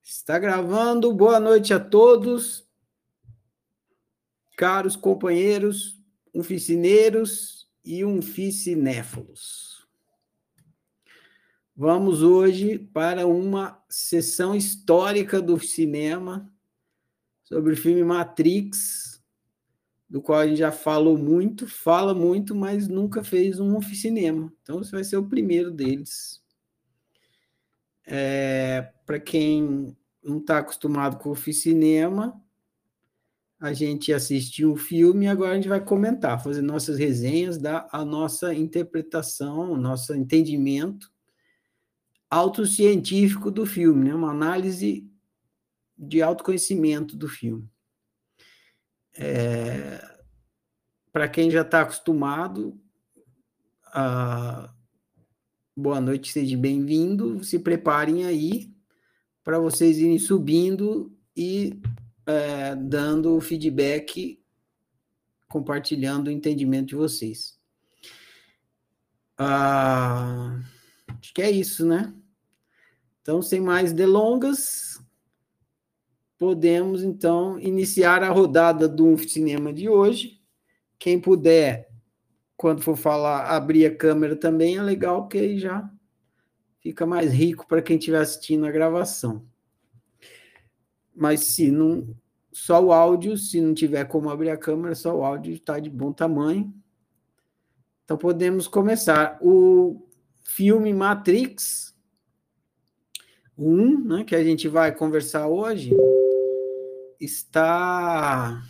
Está gravando. Boa noite a todos, caros companheiros, oficineiros e oficinéfalos. Vamos hoje para uma sessão histórica do cinema sobre o filme Matrix, do qual a gente já falou muito, fala muito, mas nunca fez um oficinema. Então, esse vai ser o primeiro deles. Para quem não está acostumado com o oficinema, a gente assistiu o filme e agora a gente vai comentar, fazer nossas resenhas, dar a nossa interpretação, o nosso entendimento autocientífico do filme, né? Uma análise de autoconhecimento do filme. Para quem já está acostumado, boa noite, seja bem-vindo, se preparem aí para vocês irem subindo e dando o feedback, compartilhando o entendimento de vocês. Acho que é isso, né? Então, sem mais delongas, podemos, então, iniciar a rodada do cinema de hoje. Quem puder, quando for falar, abrir a câmera também, é legal, porque aí já fica mais rico para quem estiver assistindo a gravação. Mas se não, só o áudio, se não tiver como abrir a câmera, só o áudio está de bom tamanho. Então, podemos começar. O filme Matrix 1, né, que a gente vai conversar hoje, está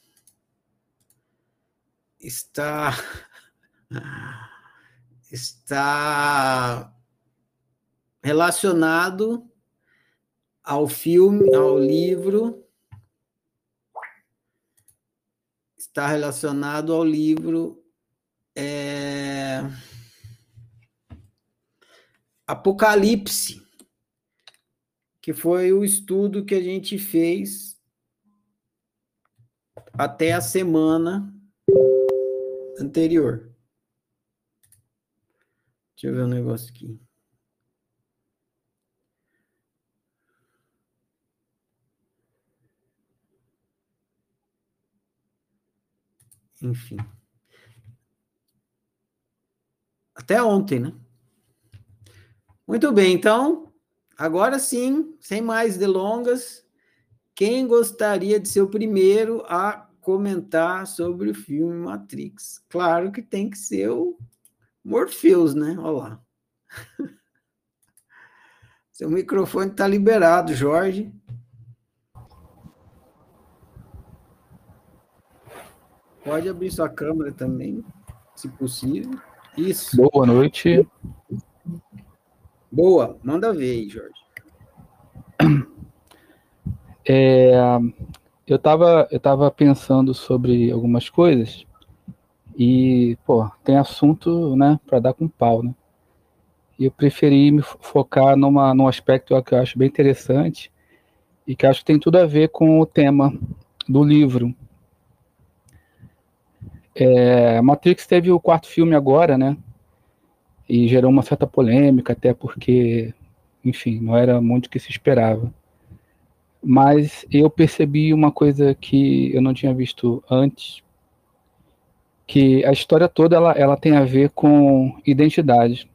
relacionado ao filme, ao livro, está relacionado ao livro Apocalipse, que foi o estudo que a gente fez até a semana anterior. Deixa eu ver um negócio aqui. Enfim. Até ontem, né? Muito bem, então, agora sim, sem mais delongas, quem gostaria de ser o primeiro a comentar sobre o filme Matrix? Claro que tem que ser o Morpheus, né? Olha lá. Seu microfone está liberado, Jorge. Pode abrir sua câmera também, se possível. Isso. Boa noite. Boa, manda ver aí, Jorge. Eu tava pensando sobre algumas coisas e, tem assunto, né, para dar com pau, né? E eu preferi me focar num aspecto que eu acho bem interessante e que acho que tem tudo a ver com o tema do livro. Matrix teve o 4º filme agora, né? E gerou uma certa polêmica, até porque, enfim, não era muito o que se esperava. Mas eu percebi uma coisa que eu não tinha visto antes, que a história toda ela tem a ver com identidade.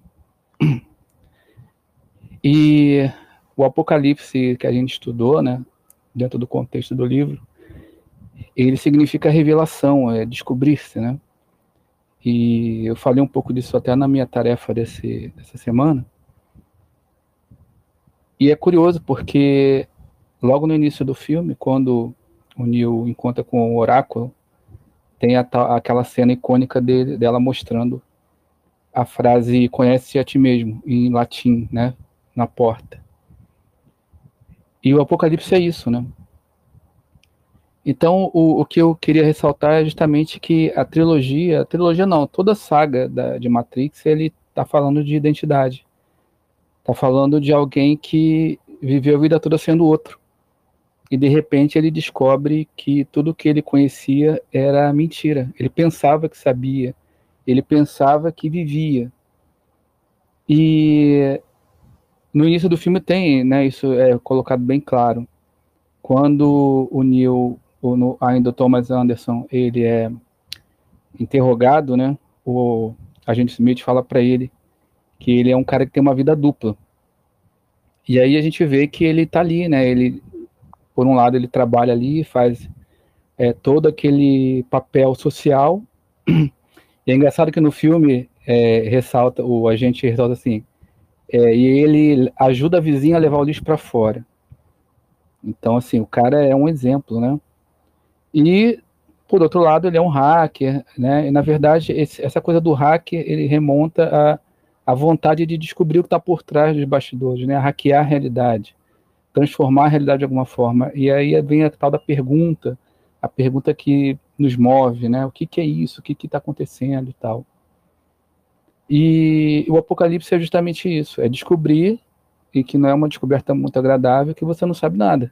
E o Apocalipse que a gente estudou, né, dentro do contexto do livro, ele significa revelação, descobrir-se, né? E eu falei um pouco disso até na minha tarefa dessa semana. E é curioso porque logo no início do filme, quando o Neo encontra com o Oráculo, tem aquela cena icônica dela mostrando a frase "conhece a ti mesmo", em latim, né, na porta. E o Apocalipse é isso, né? Então, o que eu queria ressaltar é justamente que a trilogia não, toda a saga de Matrix, ele está falando de identidade. Está falando de alguém que viveu a vida toda sendo outro. E, de repente, ele descobre que tudo que ele conhecia era mentira. Ele pensava que sabia. Ele pensava que vivia. E no início do filme tem, né, isso é colocado bem claro. Quando o Neil, ainda o Thomas Anderson, ele é interrogado, né, o agente Smith fala para ele que ele é um cara que tem uma vida dupla. E aí a gente vê que ele tá ali, né, ele, por um lado, ele trabalha ali, faz todo aquele papel social. E é engraçado que no filme o agente ressalta assim, e ele ajuda a vizinha a levar o lixo para fora. Então, assim, o cara é um exemplo, né? E, por outro lado, ele é um hacker, né? E, na verdade, essa coisa do hacker, ele remonta à vontade de descobrir o que está por trás dos bastidores, né? Hackear a realidade, transformar a realidade de alguma forma. E aí vem a tal da pergunta, a pergunta que nos move, né? O que é isso? O que está acontecendo e tal. E o Apocalipse é justamente isso, é descobrir, e que não é uma descoberta muito agradável, que você não sabe nada.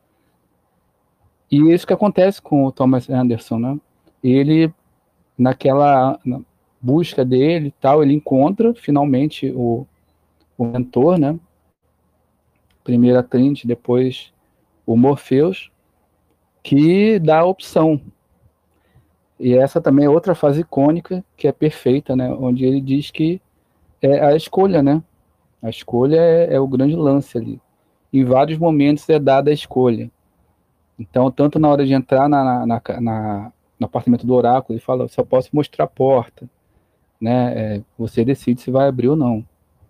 E é isso que acontece com o Thomas Anderson, né? Ele, na busca dele e tal, ele encontra finalmente o mentor, né? Primeiro a Trinity, depois o Morpheus, que dá a opção. E essa também é outra fase icônica, que é perfeita, né? Onde ele diz que é a escolha, né? A escolha é o grande lance ali. Em vários momentos é dada a escolha. Então, tanto na hora de entrar no apartamento do oráculo, ele fala, só posso mostrar a porta, né? Você decide se vai abrir ou não.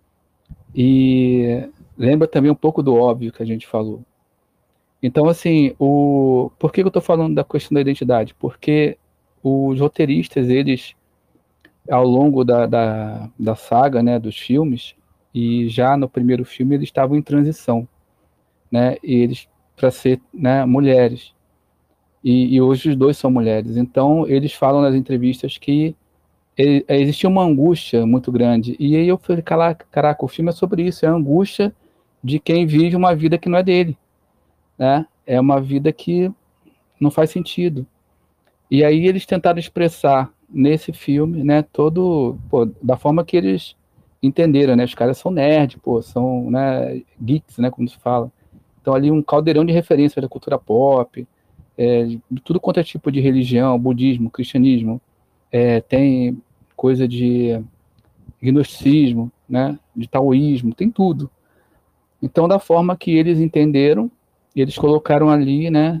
E lembra também um pouco do óbvio que a gente falou. Então, assim, por que eu estou falando da questão da identidade? Porque os roteiristas, eles, ao longo da saga, né, dos filmes, e já no primeiro filme, eles estavam em transição, né? E eles, para ser, né, mulheres. E hoje os dois são mulheres. Então, eles falam nas entrevistas que existia uma angústia muito grande. E aí eu falei, caraca, o filme é sobre isso, é a angústia de quem vive uma vida que não é dele, né? É uma vida que não faz sentido. E aí eles tentaram expressar nesse filme, né, da forma que eles entenderam, né? Os caras são nerd, são, né, geeks, né, como se fala. Então ali um caldeirão de referências da cultura pop, de tudo quanto é tipo de religião, budismo, cristianismo, tem coisa de gnosticismo, né, de taoísmo, tem tudo. Então, da forma que eles entenderam, eles colocaram ali, né,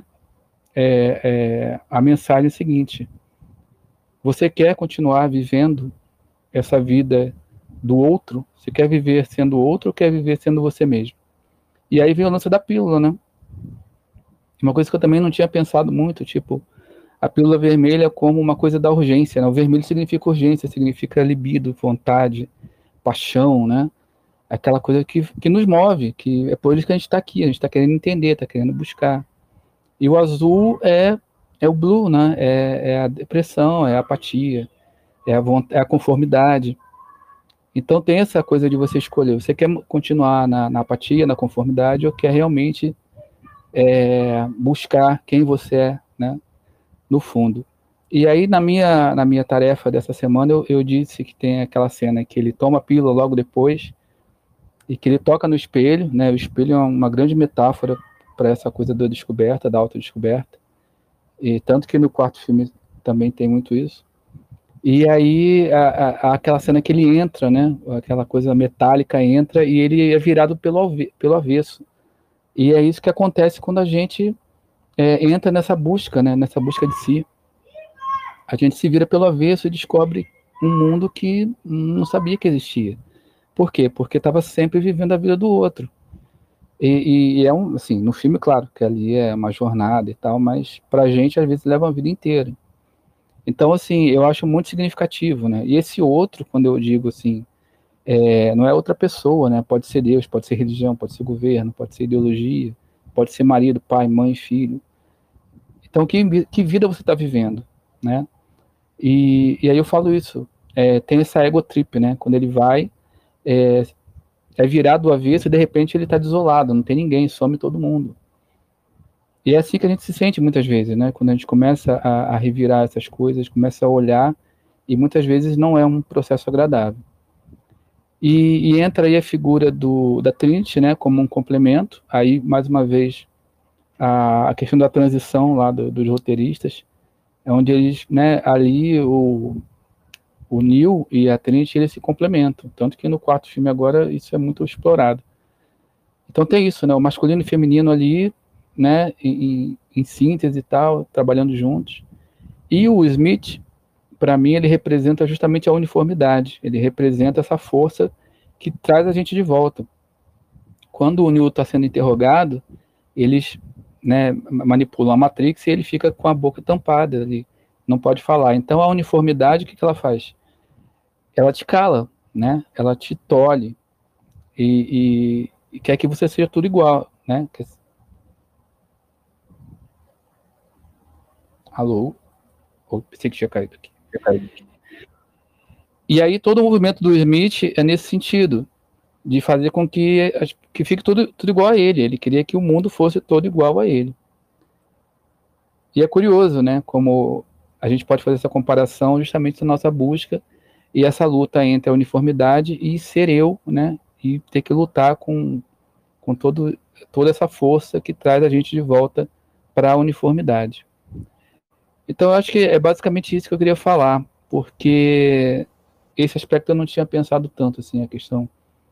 a mensagem seguinte: você quer continuar vivendo essa vida do outro? Você quer viver sendo outro ou quer viver sendo você mesmo? E aí vem o lance da pílula, né? Uma coisa que eu também não tinha pensado muito, tipo, a pílula vermelha como uma coisa da urgência, né? O vermelho significa urgência, significa libido, vontade, paixão, né? Aquela coisa que nos move, que é por isso que a gente está aqui, a gente está querendo entender, está querendo buscar. E o azul é o blue, né? É a depressão, é a apatia, é a conformidade. Então tem essa coisa de você escolher, você quer continuar na apatia, na conformidade, ou quer realmente buscar quem você é, né? No fundo. E aí, na minha tarefa dessa semana, eu disse que tem aquela cena que ele toma a pílula logo depois e que ele toca no espelho, né? O espelho é uma grande metáfora para essa coisa da descoberta, da autodescoberta. E tanto que no quarto filme também tem muito isso. E aí, aquela cena que ele entra, né? Aquela coisa metálica entra e ele é virado pelo avesso. E é isso que acontece quando a gente entra nessa busca, né? Nessa busca de si. A gente se vira pelo avesso e descobre um mundo que não sabia que existia. Por quê? Porque estava sempre vivendo a vida do outro. E assim, no filme, claro, que ali é uma jornada e tal, mas pra gente, às vezes, leva a vida inteira. Então, assim, eu acho muito significativo, né? E esse outro, quando eu digo assim, não é outra pessoa, né? Pode ser Deus, pode ser religião, pode ser governo, pode ser ideologia, pode ser marido, pai, mãe, filho. Então, que vida você está vivendo, né? E aí eu falo isso, tem essa ego trip, né? Quando ele vai, é virado do avesso e de repente ele está desolado, não tem ninguém, some todo mundo. E é assim que a gente se sente muitas vezes, né? Quando a gente começa a revirar essas coisas, começa a olhar, e muitas vezes não é um processo agradável. E entra aí a figura da Trinity, né, como um complemento. Aí, mais uma vez, a questão da transição lá dos roteiristas, é onde eles, né, ali o Neo e a Trinity, eles se complementam. Tanto que no quarto filme agora isso é muito explorado. Então tem isso, né, o masculino e feminino ali, né, em síntese e tal, trabalhando juntos. E o Smith, para mim, ele representa justamente a uniformidade. Ele representa essa força que traz a gente de volta. Quando o Neo está sendo interrogado, eles, né, manipulam a Matrix e ele fica com a boca tampada, ele não pode falar. Então a uniformidade, o que ela faz? Ela te cala, né? Ela te tolhe e quer que você seja tudo igual, né? Alô? Oh, pensei que tinha caído aqui. E aí todo o movimento do Smith é nesse sentido, de fazer com que fique tudo igual a ele. Ele queria que o mundo fosse todo igual a ele. E é curioso, né? Como a gente pode fazer essa comparação justamente na nossa busca e essa luta entre a uniformidade e ser eu, né? E ter que lutar com toda essa força que traz a gente de volta para a uniformidade. Então, eu acho que é basicamente isso que eu queria falar, porque esse aspecto eu não tinha pensado tanto, assim, a questão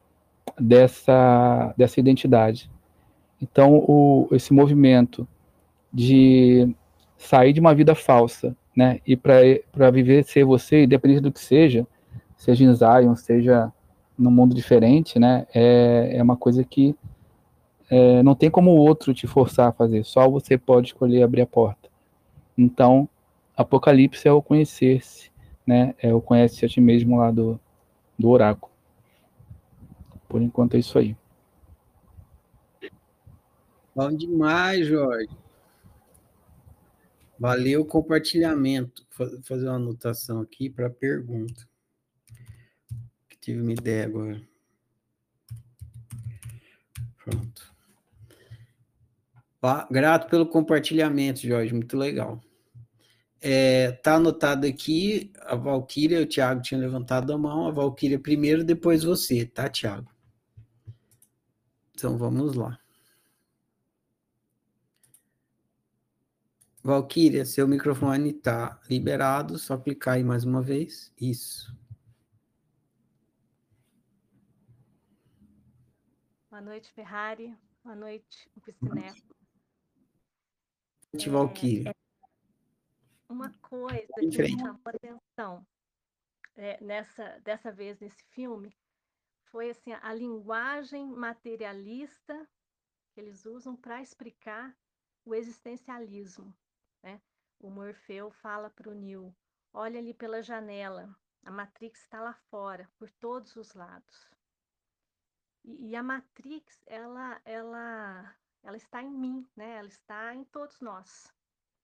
dessa identidade. Então, esse movimento de sair de uma vida falsa, né, e para viver ser você, independente do que seja em Zion, seja num mundo diferente, né, é uma coisa que não tem como o outro te forçar a fazer, só você pode escolher abrir a porta. Então, Apocalipse é o conhecer-se, né, é o conhece a ti mesmo lá do oráculo. Por enquanto é isso aí. Bom demais, Jorge. Valeu o compartilhamento. Vou fazer uma anotação aqui para a pergunta. Que tive uma ideia agora. Pronto. Grato pelo compartilhamento, Jorge. Muito legal. Tá anotado aqui a Valquíria, o Thiago tinha levantado a mão, a Valquíria primeiro, depois você, tá, Thiago? Então vamos lá. Valquíria, seu microfone está liberado, só clicar aí mais uma vez. Isso. Boa noite, Ferrari. Boa noite, Piscineco. Valquíria. Uma coisa que me chamou a atenção dessa vez nesse filme foi assim, a linguagem materialista que eles usam para explicar o existencialismo, né? O Morfeu fala para o Neo, olha ali pela janela, a Matrix está lá fora, por todos os lados. E a Matrix, ela está em mim, né? Ela está em todos nós.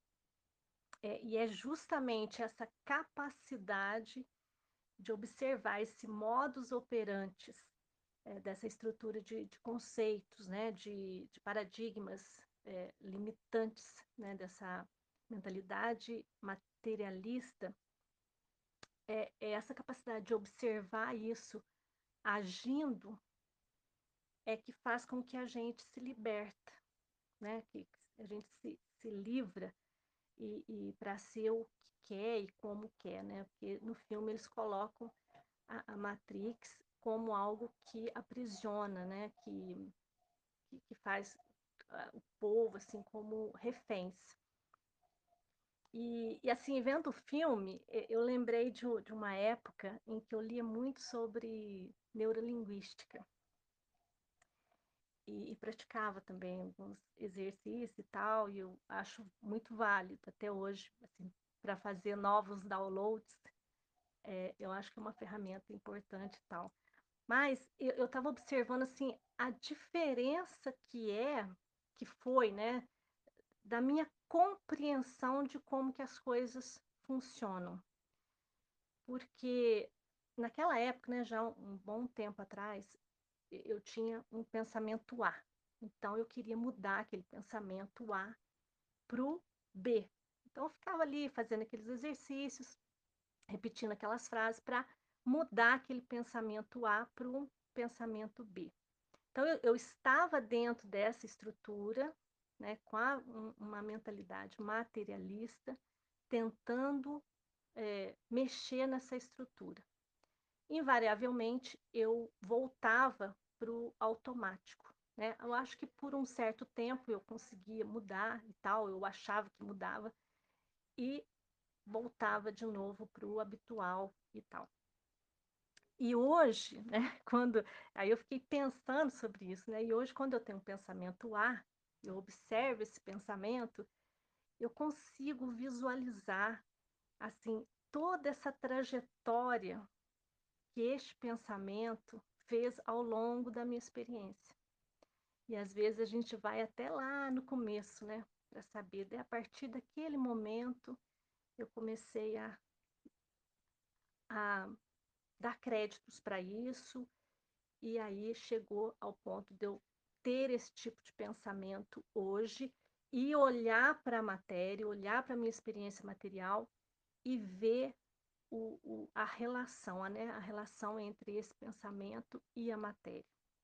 E é justamente essa capacidade de observar esse modus operandi dessa estrutura de conceitos, né? de paradigmas limitantes, né? Dessa mentalidade materialista, é essa capacidade de observar isso agindo que faz com que a gente se liberta, né? Que a gente se livra e para ser o que quer e como quer, né? Porque no filme eles colocam a Matrix como algo que aprisiona, né? Que faz o povo assim como reféns. E assim, vendo o filme, eu lembrei de uma época em que eu lia muito sobre neurolinguística. E praticava também alguns exercícios e tal, e eu acho muito válido até hoje, assim, para fazer novos downloads, eu acho que é uma ferramenta importante e tal. Mas eu estava observando, assim, a diferença que foi, né, da minha compreensão de como que as coisas funcionam. Porque naquela época, né, já um bom tempo atrás, eu tinha um pensamento A. Então, eu queria mudar aquele pensamento A para o B. Então, eu ficava ali fazendo aqueles exercícios, repetindo aquelas frases para mudar aquele pensamento A para um pensamento B. Então, eu estava dentro dessa estrutura, né, com uma mentalidade materialista, tentando mexer nessa estrutura. Invariavelmente, eu voltava para o automático. Né? Eu acho que por um certo tempo eu conseguia mudar e tal, eu achava que mudava, e voltava de novo para o habitual e tal. E hoje, né, aí eu fiquei pensando sobre isso, né? E hoje, quando eu tenho um pensamento A, eu observo esse pensamento, eu consigo visualizar assim toda essa trajetória que este pensamento fez ao longo da minha experiência. E às vezes a gente vai até lá no começo, né, para saber. Daí, a partir daquele momento, eu comecei a dar créditos para isso, e aí chegou ao ponto de eu ter esse tipo de pensamento hoje e olhar para a matéria, olhar para a minha experiência material e ver a relação, né? A relação entre esse pensamento e a matéria.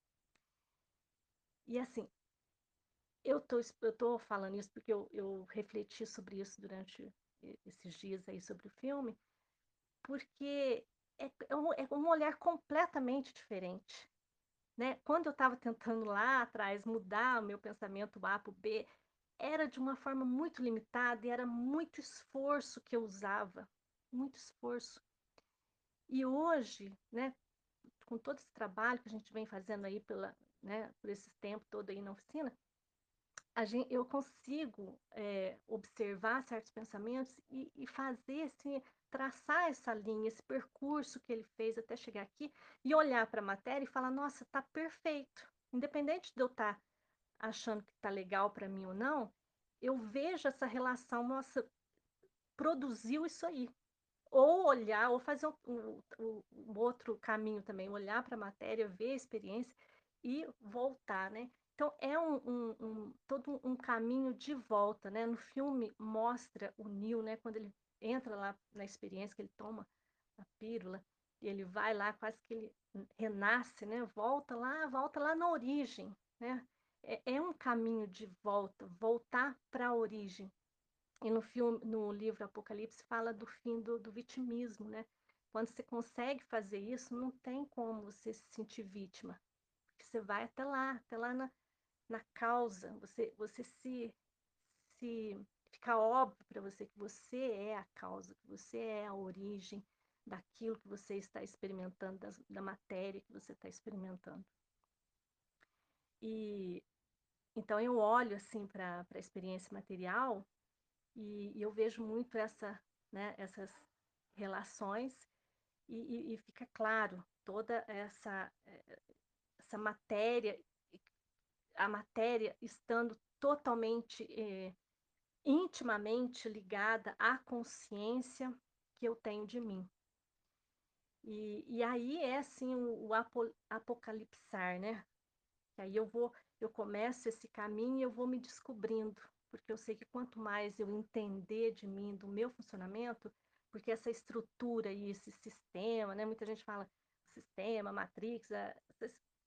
E assim, eu tô falando isso porque eu refleti sobre isso durante esses dias aí sobre o filme, porque é um olhar completamente diferente. Né? Quando eu estava tentando lá atrás mudar o meu pensamento A para o B, era de uma forma muito limitada e era muito esforço que eu usava, muito esforço. E hoje, né, com todo esse trabalho que a gente vem fazendo aí por esse tempo todo aí na oficina, eu consigo observar certos pensamentos e fazer assim, traçar essa linha, esse percurso que ele fez até chegar aqui e olhar para a matéria e falar, nossa, tá perfeito. Independente de eu estar achando que tá legal para mim ou não, eu vejo essa relação, nossa, produziu isso aí. Ou olhar, ou fazer um outro caminho também, olhar para a matéria, ver a experiência e voltar, né? Então, é todo um caminho de volta, né? No filme mostra o Neil, né? Quando ele entra lá na experiência, que ele toma a pílula, e ele vai lá, quase que ele renasce, né? Volta lá na origem, né? É um caminho de volta, voltar para a origem. E no livro Apocalipse fala do fim do vitimismo, né? Quando você consegue fazer isso, não tem como você se sentir vítima. Porque você vai até lá na causa. Você se fica óbvio para você que você é a causa, que você é a origem daquilo que você está experimentando, da matéria que você está experimentando. E então eu olho assim para a experiência material e eu vejo muito essas relações e fica claro toda essa matéria, a matéria estando totalmente, intimamente ligada à consciência que eu tenho de mim. E aí é assim o apocalipsar, né? Que aí eu começo esse caminho e eu vou me descobrindo, porque eu sei que quanto mais eu entender de mim, do meu funcionamento, porque essa estrutura e esse sistema, né? Muita gente fala sistema, matrix, essa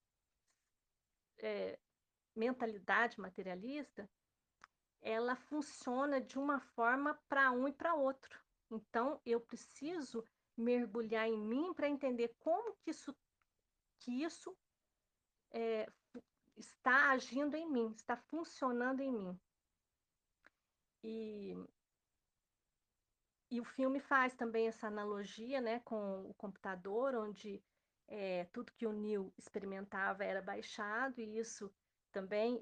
mentalidade materialista, ela funciona de uma forma para um e para outro. Então, eu preciso mergulhar em mim para entender como que isso é, está agindo em mim, está funcionando em mim. E, e o filme faz também essa analogia, né, com o computador, onde tudo que o Neo experimentava era baixado, e isso também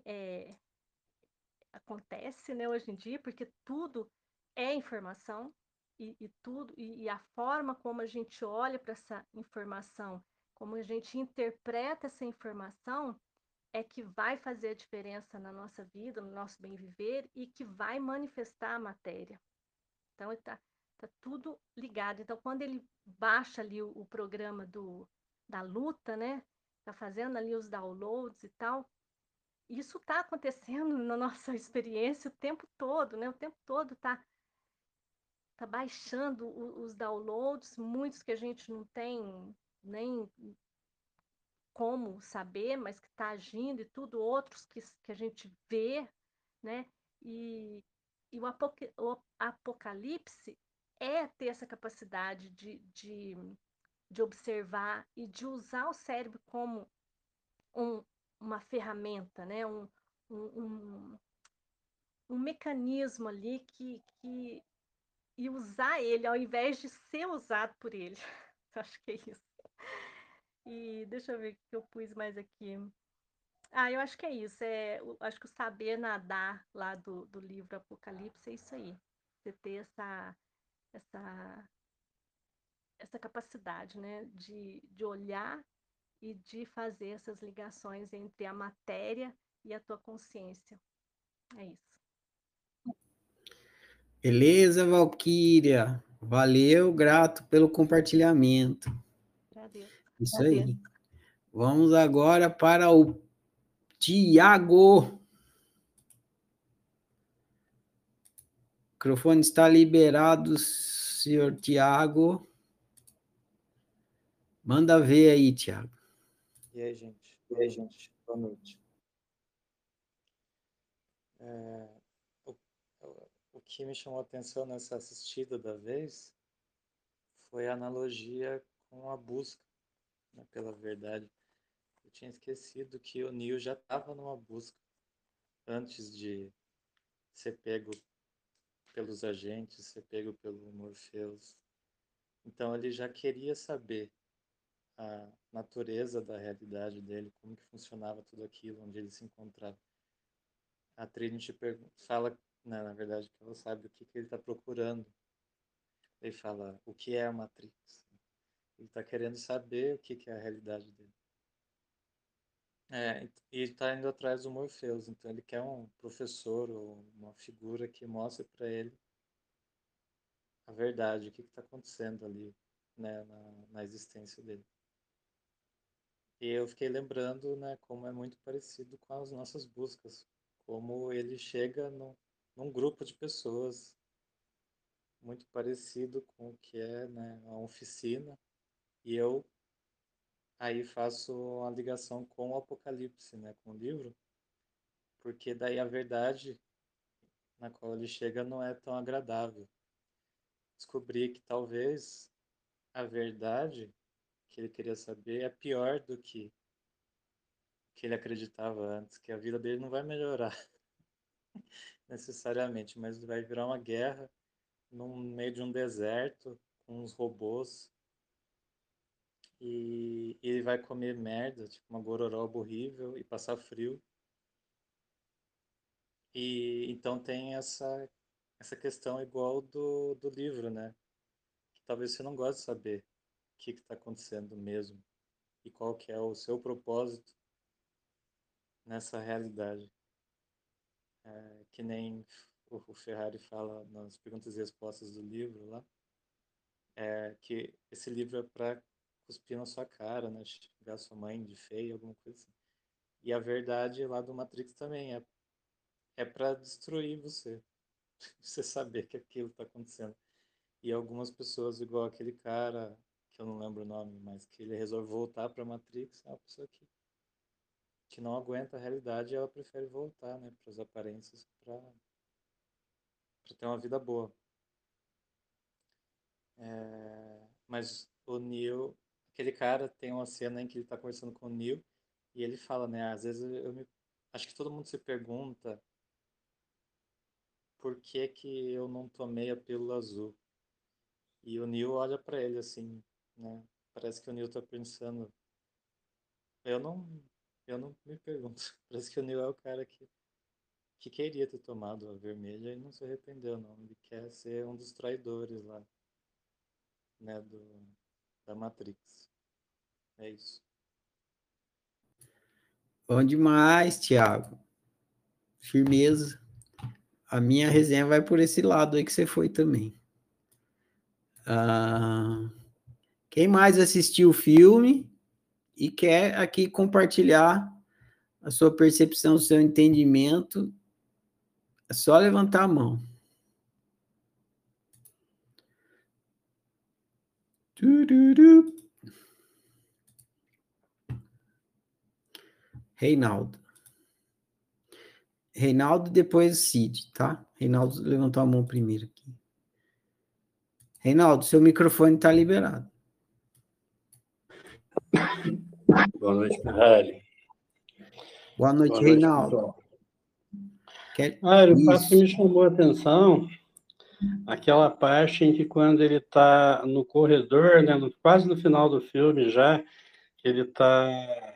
acontece, né, hoje em dia, porque tudo é informação, e a forma como a gente olha para essa informação, como a gente interpreta essa informação, é que vai fazer a diferença na nossa vida, no nosso bem viver e que vai manifestar a matéria. Então, tá tudo ligado. Então, quando ele baixa ali o programa da luta, né? Tá fazendo ali os downloads e tal. Isso está acontecendo na nossa experiência o tempo todo, né? O tempo todo tá tá baixando os downloads, muitos que a gente não tem nem como saber, mas que está agindo, e tudo, outros que a gente vê, né? E o apocalipse é ter essa capacidade de observar e de usar o cérebro como uma ferramenta, né? Um, um mecanismo ali e usar ele ao invés de ser usado por ele. Acho que é isso. E deixa eu ver o que eu pus mais aqui. Eu acho que é isso. Acho que o saber nadar lá do livro Apocalipse é isso aí. Você ter essa, essa capacidade, né, de olhar e de fazer essas ligações entre a matéria e a tua consciência. É isso. Beleza, Valquíria? Valeu, grato pelo compartilhamento. Agradeço. Isso aí. Vamos agora para o Tiago. O microfone está liberado, senhor Tiago. Manda ver aí, Tiago. E aí, gente? Boa noite. Boa noite. O que me chamou a atenção nessa assistida da vez foi a analogia com a busca, né, pela verdade. Eu tinha esquecido que o Neo já estava numa busca antes de ser pego pelos agentes, ser pego pelo Morpheus. Então ele já queria saber a natureza da realidade dele, como que funcionava tudo aquilo, onde ele se encontrava. A Trinity fala, né, na verdade, que ela sabe o que ele está procurando. Ele fala o que é a Matrix. Ele está querendo saber o que é a realidade dele. E está indo atrás do Morpheus. Então ele quer um professor ou uma figura que mostre para ele a verdade, o que está acontecendo ali, né, na existência dele. E eu fiquei lembrando, né, como é muito parecido com as nossas buscas, como ele chega num grupo de pessoas muito parecido com o que é, né, a oficina, e eu aí faço uma ligação com o Apocalipse, né, com o livro, porque daí a verdade na qual ele chega não é tão agradável. Descobri que talvez a verdade que ele queria saber é pior do que ele acreditava antes, que a vida dele não vai melhorar necessariamente, mas vai virar uma guerra no meio de um deserto com uns robôs e ele vai comer merda, tipo uma gororoba horrível e passar frio. E então tem essa questão igual do livro, né? Que talvez você não goste de saber o que está acontecendo mesmo e qual que é o seu propósito nessa realidade. Que nem o Ferrari fala nas perguntas e respostas do livro lá, que esse livro é para cuspir na sua cara, né? Xingar sua mãe de feia, alguma coisa assim. E a verdade lá do Matrix também é para destruir você, você saber que aquilo está acontecendo. E algumas pessoas, igual aquele cara, que eu não lembro o nome, mas que ele resolve voltar para a Matrix, é uma pessoa que não aguenta a realidade e ela prefere voltar, né, para as aparências, para ter uma vida boa. Mas o Neo, aquele cara tem uma cena em que ele está conversando com o Neo e ele fala, né, às vezes acho que todo mundo se pergunta por que que eu não tomei a pílula azul. E o Neo olha para ele assim, né? Parece que o Neo tá pensando, eu não, eu não me pergunto. Parece que o Neo é o cara que queria ter tomado a vermelha e não se arrependeu, não. Ele quer ser um dos traidores lá, né, da Matrix. É isso. Bom demais, Tiago. Firmeza. A minha resenha vai por esse lado aí que você foi também. Quem mais assistiu o filme e quer aqui compartilhar a sua percepção, o seu entendimento, é só levantar a mão. Tururu. Reinaldo. Reinaldo, depois Cid, tá? Reinaldo levantou a mão primeiro aqui. Reinaldo, seu microfone está liberado. Boa noite, Ferrari. Boa noite, Boa noite, Reinaldo. pessoal. O fato que me chamou a atenção, aquela parte em que quando ele está no corredor, né, quase no final do filme já, que ele está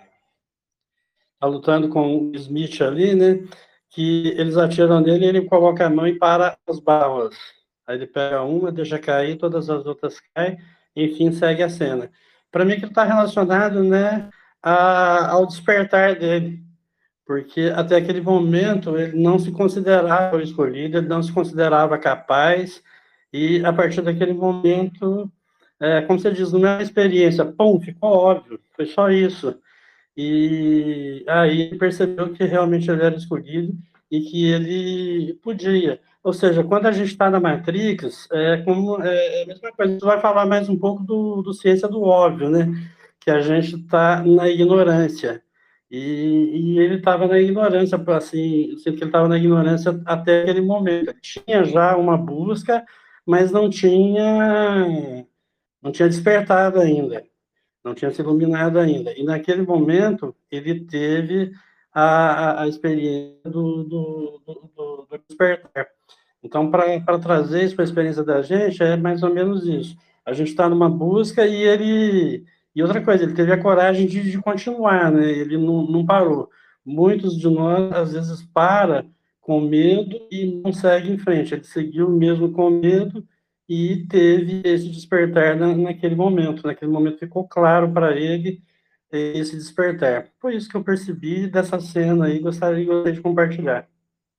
lutando com o Smith ali, né, que eles atiram nele e ele coloca a mão e para as balas. Aí ele pega uma, deixa cair, todas as outras caem, enfim, segue a cena. Para mim, aquilo está relacionado, né, ao despertar dele, porque até aquele momento ele não se considerava o escolhido, ele não se considerava capaz, e a partir daquele momento, como você diz, não é uma experiência, pum, ficou óbvio, foi só isso. E aí ele percebeu que realmente ele era escolhido e que ele podia. Ou seja, quando a gente está na Matrix, é a mesma coisa, você vai falar mais um pouco do ciência do óbvio, né? Que a gente está na ignorância. E ele estava na ignorância, assim, eu sinto que ele estava na ignorância até aquele momento. Tinha já uma busca, mas não tinha despertado ainda, não tinha se iluminado ainda. E naquele momento, ele teve a experiência do despertar. Então, para trazer isso para a experiência da gente, é mais ou menos isso. A gente está numa busca e ele. E outra coisa, ele teve a coragem de continuar, né? Ele não parou. Muitos de nós, às vezes, para com medo e não segue em frente. Ele seguiu mesmo com medo e teve esse despertar naquele momento. Naquele momento ficou claro para ele esse despertar. Foi isso que eu percebi dessa cena aí, gostaria de compartilhar.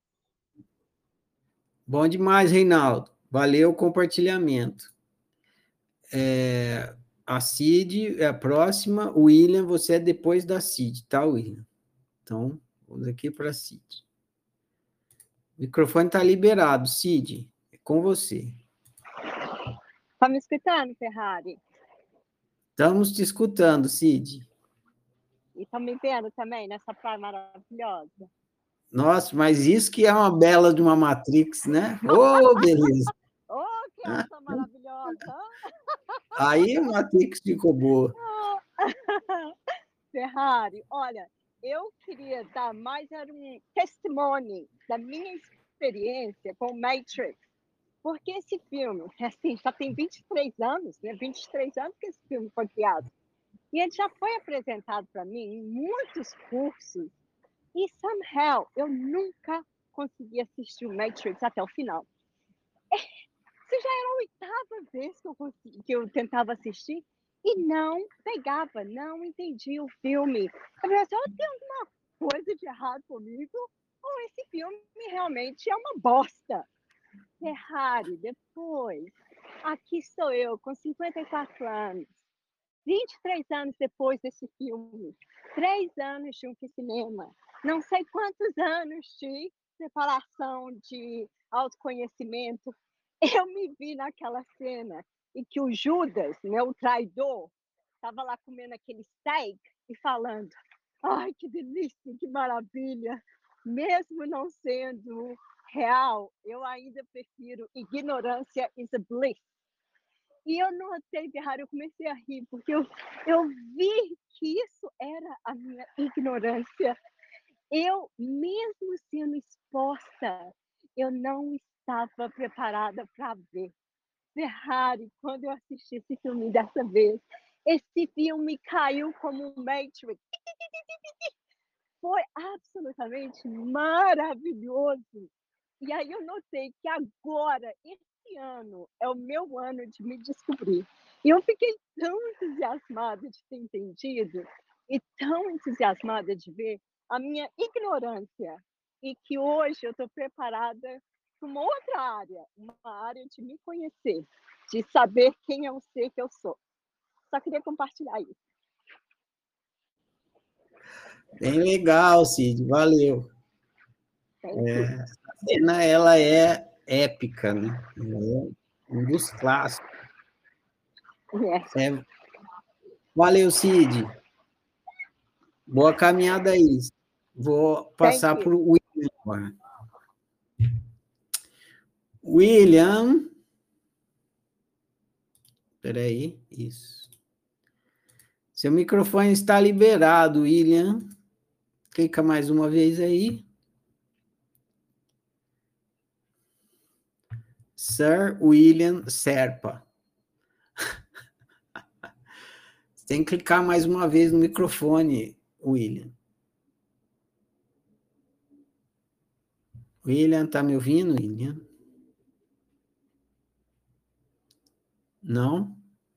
Bom demais, Reinaldo. Valeu o compartilhamento. A Cid é a próxima. O William, você é depois da Cid, tá, William? Então, vamos aqui para a Cid. O microfone está liberado, Cid. É com você. Está me escutando, Ferrari? Estamos te escutando, Cid. E estão me vendo também nessa praia maravilhosa? Nossa, mas isso que é uma bela de uma Matrix, né? Ô, beleza. Ô, criança maravilhosa! Aí a Matrix ficou boa. Ferrari, olha, eu queria dar mais um testemunho da minha experiência com Matrix, porque esse filme, assim, já tem 23 anos, né? 23 anos que esse filme foi criado. E ele já foi apresentado para mim em muitos cursos. E, somehow, eu nunca consegui assistir o Matrix até o final. Isso já era a oitava vez que eu tentava assistir e não pegava, não entendia o filme. Eu falei assim, tem alguma coisa de errado comigo? Ou esse filme realmente é uma bosta? Ferrari, depois, aqui sou eu, com 54 anos, 23 anos depois desse filme, 3 anos de um cinema, não sei quantos anos de preparação, de autoconhecimento, eu me vi naquela cena em que o Judas, né, o traidor, estava lá comendo aquele steak e falando, ai, que delícia, que maravilha, mesmo não sendo real, eu ainda prefiro ignorância is a bliss. E eu notei, Ferrari, eu comecei a rir, porque eu vi que isso era a minha ignorância. Eu, mesmo sendo exposta, eu não estava preparada para ver. Ferrari, quando eu assisti esse filme dessa vez, esse filme caiu como um Matrix. Foi absolutamente maravilhoso. E aí eu notei que agora, esse ano, é o meu ano de me descobrir. E eu fiquei tão entusiasmada de ter entendido e tão entusiasmada de ver a minha ignorância. E que hoje eu estou preparada para uma outra área, uma área de me conhecer, de saber quem é o ser que eu sou. Só queria compartilhar isso. Bem legal, Cid, valeu. A cena, ela é épica, né? Ela é um dos clássicos. É. Valeu, Cid. Boa caminhada aí. Vou passar para o William agora. William. Espera aí, isso. Seu microfone está liberado, William. Clica mais uma vez aí. Sir William Serpa. Você tem que clicar mais uma vez no microfone, William. William, tá me ouvindo, William? Não?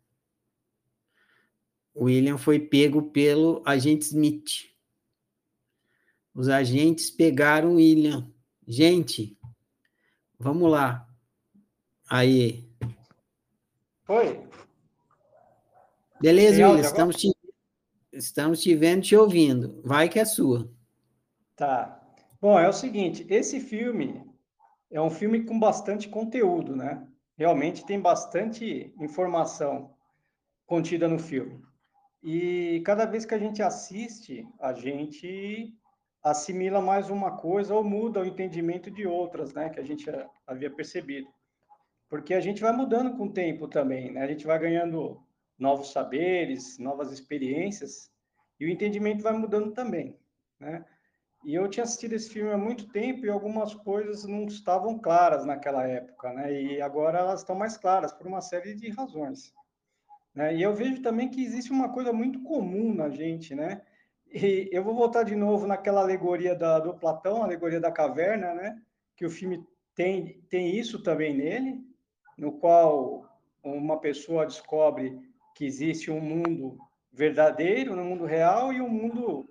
O William foi pego pelo agente Smith. Os agentes pegaram o William. Gente, vamos lá. Aí. Foi? Beleza, Tem William, áudio estamos te vendo, te ouvindo. Vai que é sua. Tá. Bom, é o seguinte, esse filme é um filme com bastante conteúdo, né? Realmente tem bastante informação contida no filme. E cada vez que a gente assiste, a gente assimila mais uma coisa ou muda o entendimento de outras, né? Que a gente havia percebido. Porque a gente vai mudando com o tempo também, né? A gente vai ganhando novos saberes, novas experiências, e o entendimento vai mudando também, né? E eu tinha assistido esse filme há muito tempo e algumas coisas não estavam claras naquela época, né? E agora elas estão mais claras por uma série de razões, né? E eu vejo também que existe uma coisa muito comum na gente, né? E eu vou voltar de novo naquela alegoria do Platão, a alegoria da caverna, né? Que o filme tem isso também nele, no qual uma pessoa descobre que existe um mundo verdadeiro, um mundo real, e um mundo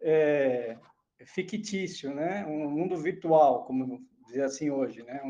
fictício, né? Um mundo virtual, como dizer assim hoje, né?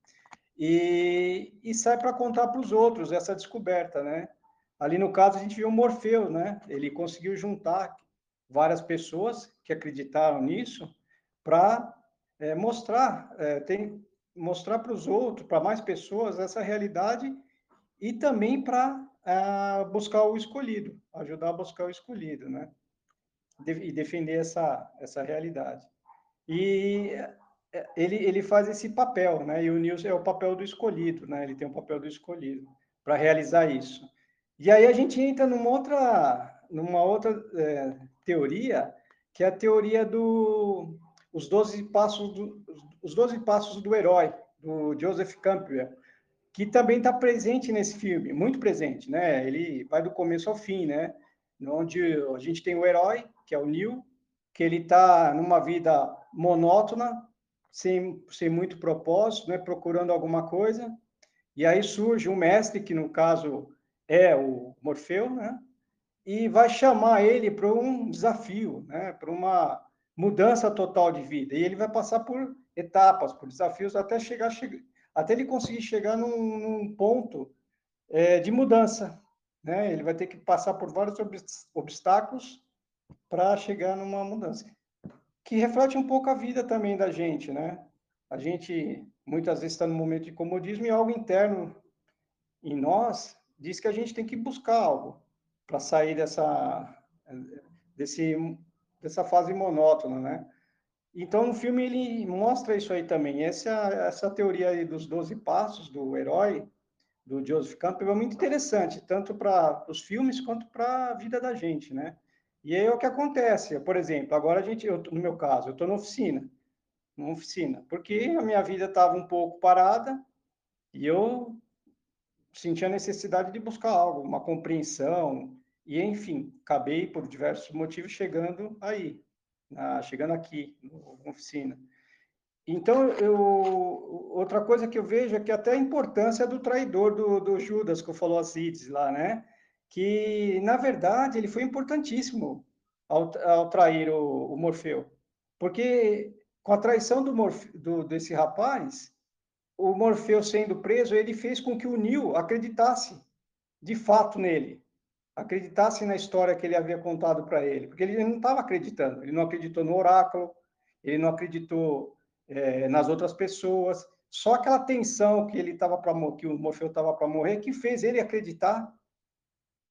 E sai para contar para os outros essa descoberta, né? Ali no caso a gente viu o Morfeu, né? Ele conseguiu juntar várias pessoas que acreditaram nisso para mostrar para os outros, para mais pessoas essa realidade e também para buscar o escolhido, ajudar a buscar o escolhido, né? E defender essa realidade. E ele faz esse papel, né? E o Nilson é o papel do escolhido, né? Ele tem o papel do escolhido para realizar isso. E aí a gente entra numa outra teoria, que é a teoria os 12 passos do herói, do Joseph Campbell, que também está presente nesse filme, muito presente, né? Ele vai do começo ao fim, né? Onde a gente tem o herói, que é o Neil, que ele está numa vida monótona, sem muito propósito, né? Procurando alguma coisa, e aí surge um mestre, que no caso é o Morfeu, né? E vai chamar ele para um desafio, né? Para uma mudança total de vida. E ele vai passar por etapas, por desafios, até ele conseguir chegar num ponto de mudança, né? Ele vai ter que passar por vários obstáculos para chegar numa mudança, que reflete um pouco a vida também da gente, né? A gente muitas vezes está no momento de comodismo e algo interno em nós diz que a gente tem que buscar algo para sair dessa fase monótona, né? Então, no filme, ele mostra isso aí também. Essa teoria aí dos 12 passos do herói, do Joseph Campbell, é muito interessante, tanto para os filmes quanto para a vida da gente, né? E aí é o que acontece. Por exemplo, agora no meu caso, eu estou numa oficina, porque a minha vida estava um pouco parada e eu sentia a necessidade de buscar algo, uma compreensão, e enfim, acabei, por diversos motivos, chegando aqui, na oficina. Então, outra coisa que eu vejo é que até a importância do traidor do Judas, que eu falou a Cides lá, né? Que, na verdade, ele foi importantíssimo ao trair o Morfeu. Porque com a traição desse rapaz, o Morfeu sendo preso, ele fez com que o Neo acreditasse de fato nele, acreditasse na história que ele havia contado para ele, porque ele não estava acreditando, ele não acreditou no oráculo, ele não acreditou nas outras pessoas, só aquela tensão que o Morfeu estava para morrer que fez ele acreditar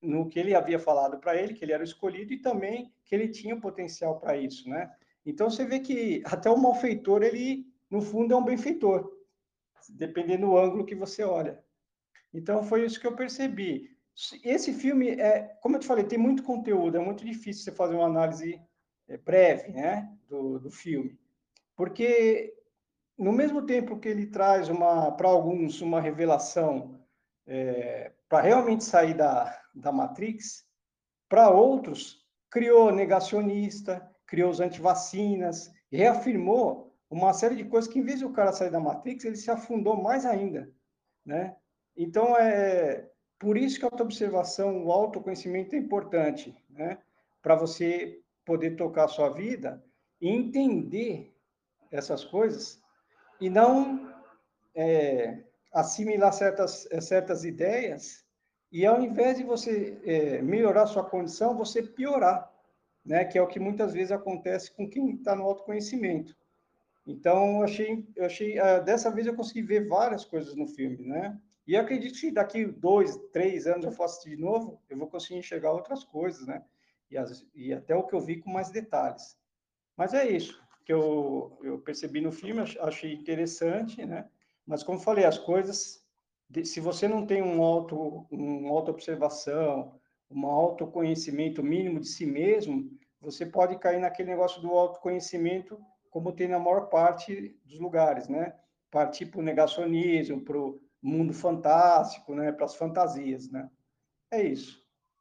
no que ele havia falado para ele, que ele era o escolhido, e também que ele tinha potencial para isso, né? Então, você vê que até o malfeitor, ele, no fundo, é um benfeitor, dependendo do ângulo que você olha. Então, foi isso que eu percebi. Esse filme, como eu te falei, tem muito conteúdo, é muito difícil você fazer uma análise breve, né, do filme. Porque, no mesmo tempo que ele traz, para alguns, uma revelação para realmente sair da Matrix, para outros, criou negacionista, criou os antivacinas, reafirmou uma série de coisas que, em vez de o cara sair da Matrix, ele se afundou mais ainda, né? Então, por isso que a autoobservação, o autoconhecimento é importante, né? Para você poder tocar a sua vida e entender essas coisas e não assimilar certas ideias e, ao invés de você melhorar sua condição, você piorar, né? Que é o que muitas vezes acontece com quem está no autoconhecimento. Então, eu achei dessa vez eu consegui ver várias coisas no filme, né? E acredito que daqui 2, 3 anos eu for assistir de novo, eu vou conseguir enxergar outras coisas, né? E até o que eu vi com mais detalhes. Mas é isso que eu percebi no filme, achei interessante, né? Mas, como falei, as coisas, se você não tem uma auto-observação, um autoconhecimento mínimo de si mesmo, você pode cair naquele negócio do autoconhecimento, como tem na maior parte dos lugares, né? Partir para o negacionismo, para o mundo fantástico, né? Para as fantasias, né? É isso.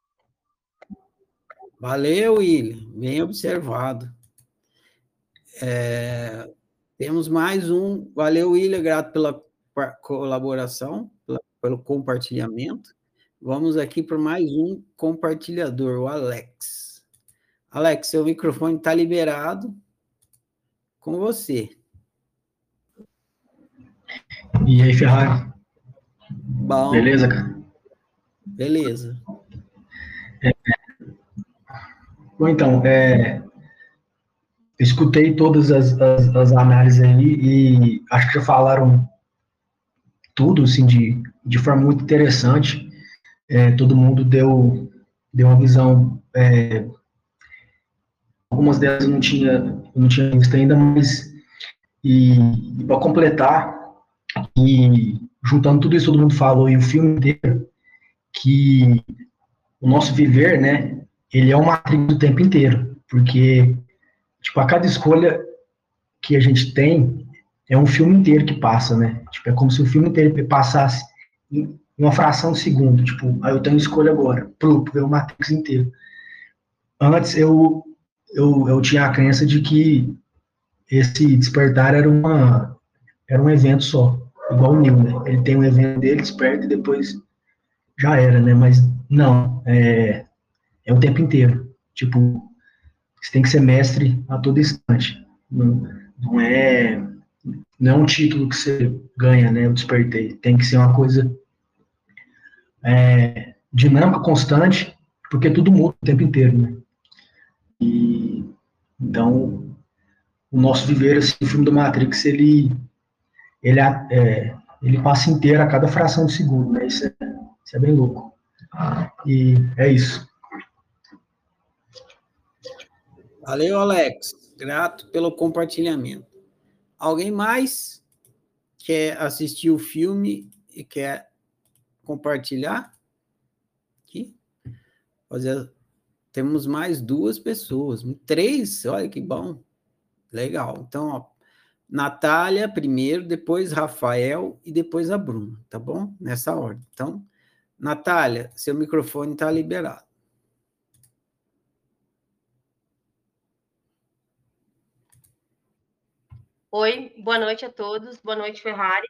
Valeu, William. Bem observado. Temos mais um. Valeu, William. Grato pela colaboração, pelo compartilhamento. Vamos aqui para mais um compartilhador, o Alex. Alex, seu microfone está liberado. Com você. E aí, Ferrari? Bom. Beleza, cara? Beleza. Bom, então, escutei todas as análises aí e acho que já falaram tudo, assim, de forma muito interessante. Todo mundo deu uma visão, algumas delas eu não tinha visto ainda, mas, e para completar, e juntando tudo isso que todo mundo falou e o filme inteiro, que o nosso viver, né, ele é uma matriz do tempo inteiro, porque, tipo, a cada escolha que a gente tem é um filme inteiro que passa, né? Tipo, é como se o filme inteiro passasse em uma fração de segundo. Tipo, aí eu tenho escolha agora, ver o Matrix inteiro. Antes, eu tinha a crença de que esse despertar era um evento só, igual o Neo, né? Ele tem um evento dele, desperta e depois já era, né? Mas não, é o tempo inteiro. Tipo, você tem que ser mestre a todo instante. Não é um título que você ganha, né? Eu despertei. Tem que ser uma coisa dinâmica, constante, porque tudo muda o tempo inteiro, né? E então o nosso viver, assim, o filme do Matrix, ele passa inteiro a cada fração de segundo, né? Isso é bem louco. E é isso. Valeu, Alex. Grato pelo compartilhamento. Alguém mais quer assistir o filme e quer compartilhar? Aqui. Temos mais 2 pessoas. 3, olha que bom. Legal. Então, ó, Natália primeiro, depois Rafael e depois a Bruna, tá bom? Nessa ordem. Então, Natália, seu microfone está liberado. Oi, boa noite a todos. Boa noite, Ferrari.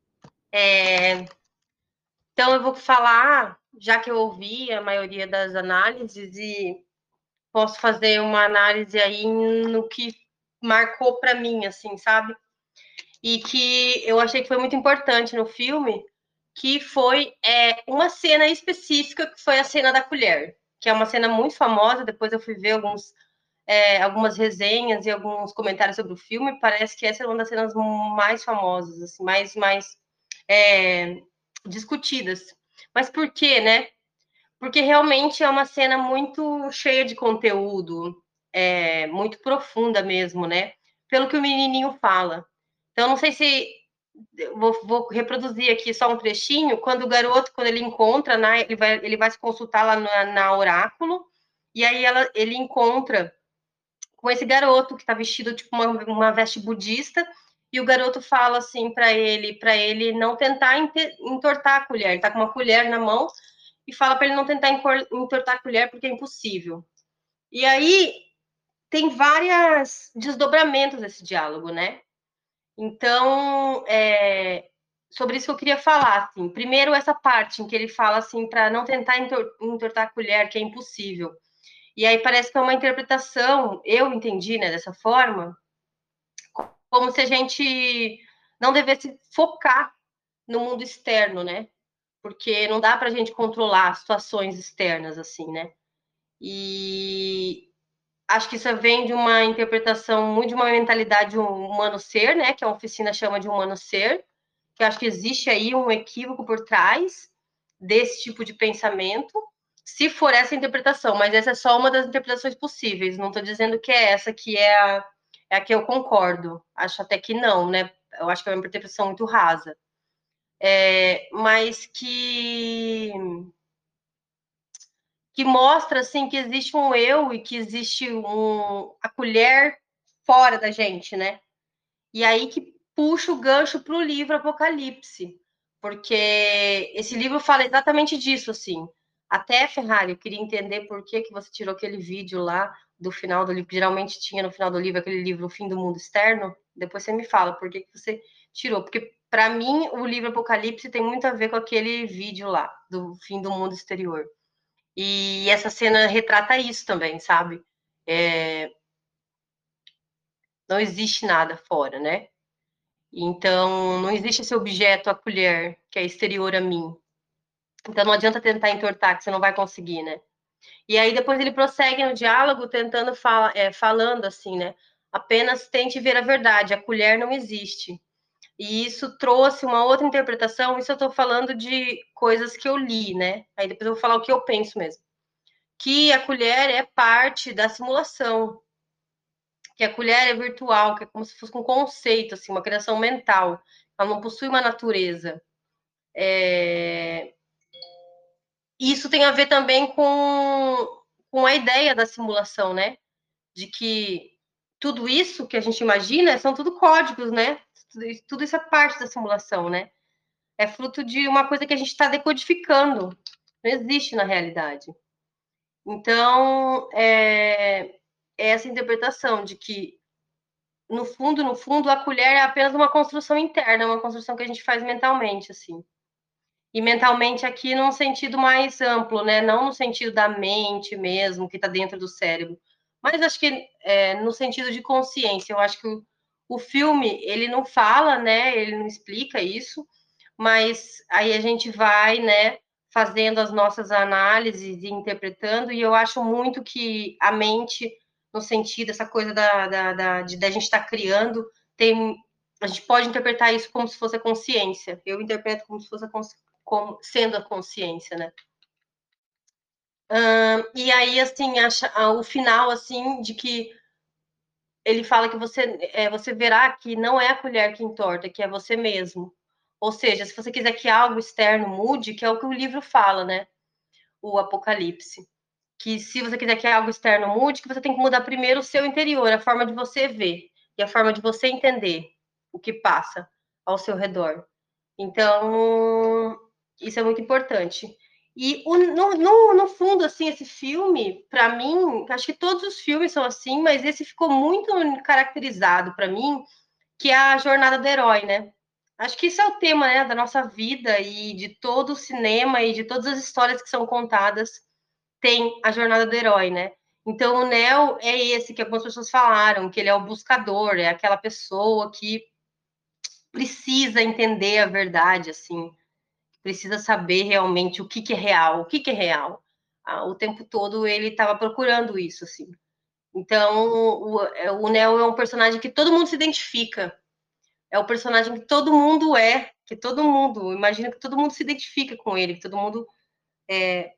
Então, eu vou falar, já que eu ouvi a maioria das análises, e posso fazer uma análise aí no que marcou para mim, assim, sabe? E que eu achei que foi muito importante no filme, que foi uma cena específica, que foi a cena da colher, que é uma cena muito famosa. Depois eu fui ver algumas resenhas e alguns comentários sobre o filme. Parece que essa é uma das cenas mais famosas, assim, mais discutidas. Mas por quê, né? porque realmente é uma cena muito cheia de conteúdo, muito profunda mesmo, né? Pelo que o menininho fala. Então, não sei se vou reproduzir aqui só um trechinho. Quando o garoto, quando ele encontra, né, ele vai se consultar lá na Oráculo, e aí ele encontra com esse garoto que está vestido tipo uma veste budista, e o garoto fala assim para ele não tentar entortar a colher. Ele está com uma colher na mão e fala para ele não tentar entortar a colher porque é impossível. E aí tem vários desdobramentos desse diálogo, né? Então, sobre isso que eu queria falar, assim. Primeiro, essa parte em que ele fala assim para não tentar entortar a colher, que é impossível. E aí parece que é uma interpretação, eu entendi, né, dessa forma, como se a gente não devesse focar no mundo externo, né? Porque não dá para a gente controlar situações externas, assim, né? E acho que isso vem de uma interpretação muito de uma mentalidade humano-ser, né? Que a oficina chama de humano-ser, que acho que existe aí um equívoco por trás desse tipo de pensamento, se for essa interpretação, mas essa é só uma das interpretações possíveis, não estou dizendo que é essa que é a que eu concordo, acho até que não, né? Eu acho que é uma interpretação muito rasa. Mas que mostra assim que existe um eu e que existe a colher fora da gente, né? E aí que puxa o gancho para o livro Apocalipse, porque esse livro fala exatamente disso, assim. Até, Ferrari, eu queria entender por que você tirou aquele vídeo lá do final do livro, que geralmente tinha no final do livro aquele livro O Fim do Mundo Externo. Depois você me fala por que você tirou, porque para mim o livro Apocalipse tem muito a ver com aquele vídeo lá do Fim do Mundo Exterior. E essa cena retrata isso também, sabe? Não existe nada fora, né? Então, não existe esse objeto, a colher, que é exterior a mim. Então, não adianta tentar entortar, que você não vai conseguir, né? E aí, depois ele prossegue no diálogo, tentando falando assim, né? Apenas tente ver a verdade, a colher não existe. E isso trouxe uma outra interpretação, isso eu tô falando de coisas que eu li, né? Aí depois eu vou falar o que eu penso mesmo. Que a colher é parte da simulação, que a colher é virtual, que é como se fosse um conceito, assim, uma criação mental. Ela não possui uma natureza. Isso tem a ver também com a ideia da simulação, né? De que tudo isso que a gente imagina são tudo códigos, né? Tudo isso é parte da simulação, né? É fruto de uma coisa que a gente está decodificando. Não existe na realidade. Então, essa interpretação de que no fundo, a colher é apenas uma construção interna, uma construção que a gente faz mentalmente, assim. E mentalmente aqui num sentido mais amplo, né? Não no sentido da mente mesmo, que está dentro do cérebro. Mas acho que no sentido de consciência. Eu acho que o filme, ele não fala, né? Ele não explica isso, mas aí a gente vai, né? Fazendo as nossas análises e interpretando, e eu acho muito que a mente, no sentido, essa coisa da gente estar criando, a gente pode interpretar isso como se fosse a consciência. Eu interpreto como se fosse como sendo a consciência, né? E aí, assim, o final, assim, de que ele fala que você verá que não é a colher que entorta, que é você mesmo. Ou seja, se você quiser que algo externo mude, que é o que o livro fala, né? O Apocalipse. Que se você quiser que algo externo mude, que você tem que mudar primeiro o seu interior, a forma de você ver e a forma de você entender o que passa ao seu redor. Então, isso é muito importante. E no fundo, assim, esse filme, para mim, acho que todos os filmes são assim, mas esse ficou muito caracterizado para mim, que é a jornada do herói, né? Acho que isso é o tema, né, da nossa vida e de todo o cinema e de todas as histórias que são contadas, tem a jornada do herói, né? Então, o Neo é esse que algumas pessoas falaram, que ele é o buscador, é aquela pessoa que precisa entender a verdade, assim, precisa saber realmente o que é real, o que é real. O tempo todo ele estava procurando isso, assim. Então, o Neo é um personagem que todo mundo se identifica. É o personagem que todo mundo que todo mundo, imagina que todo mundo se identifica com ele, que todo mundo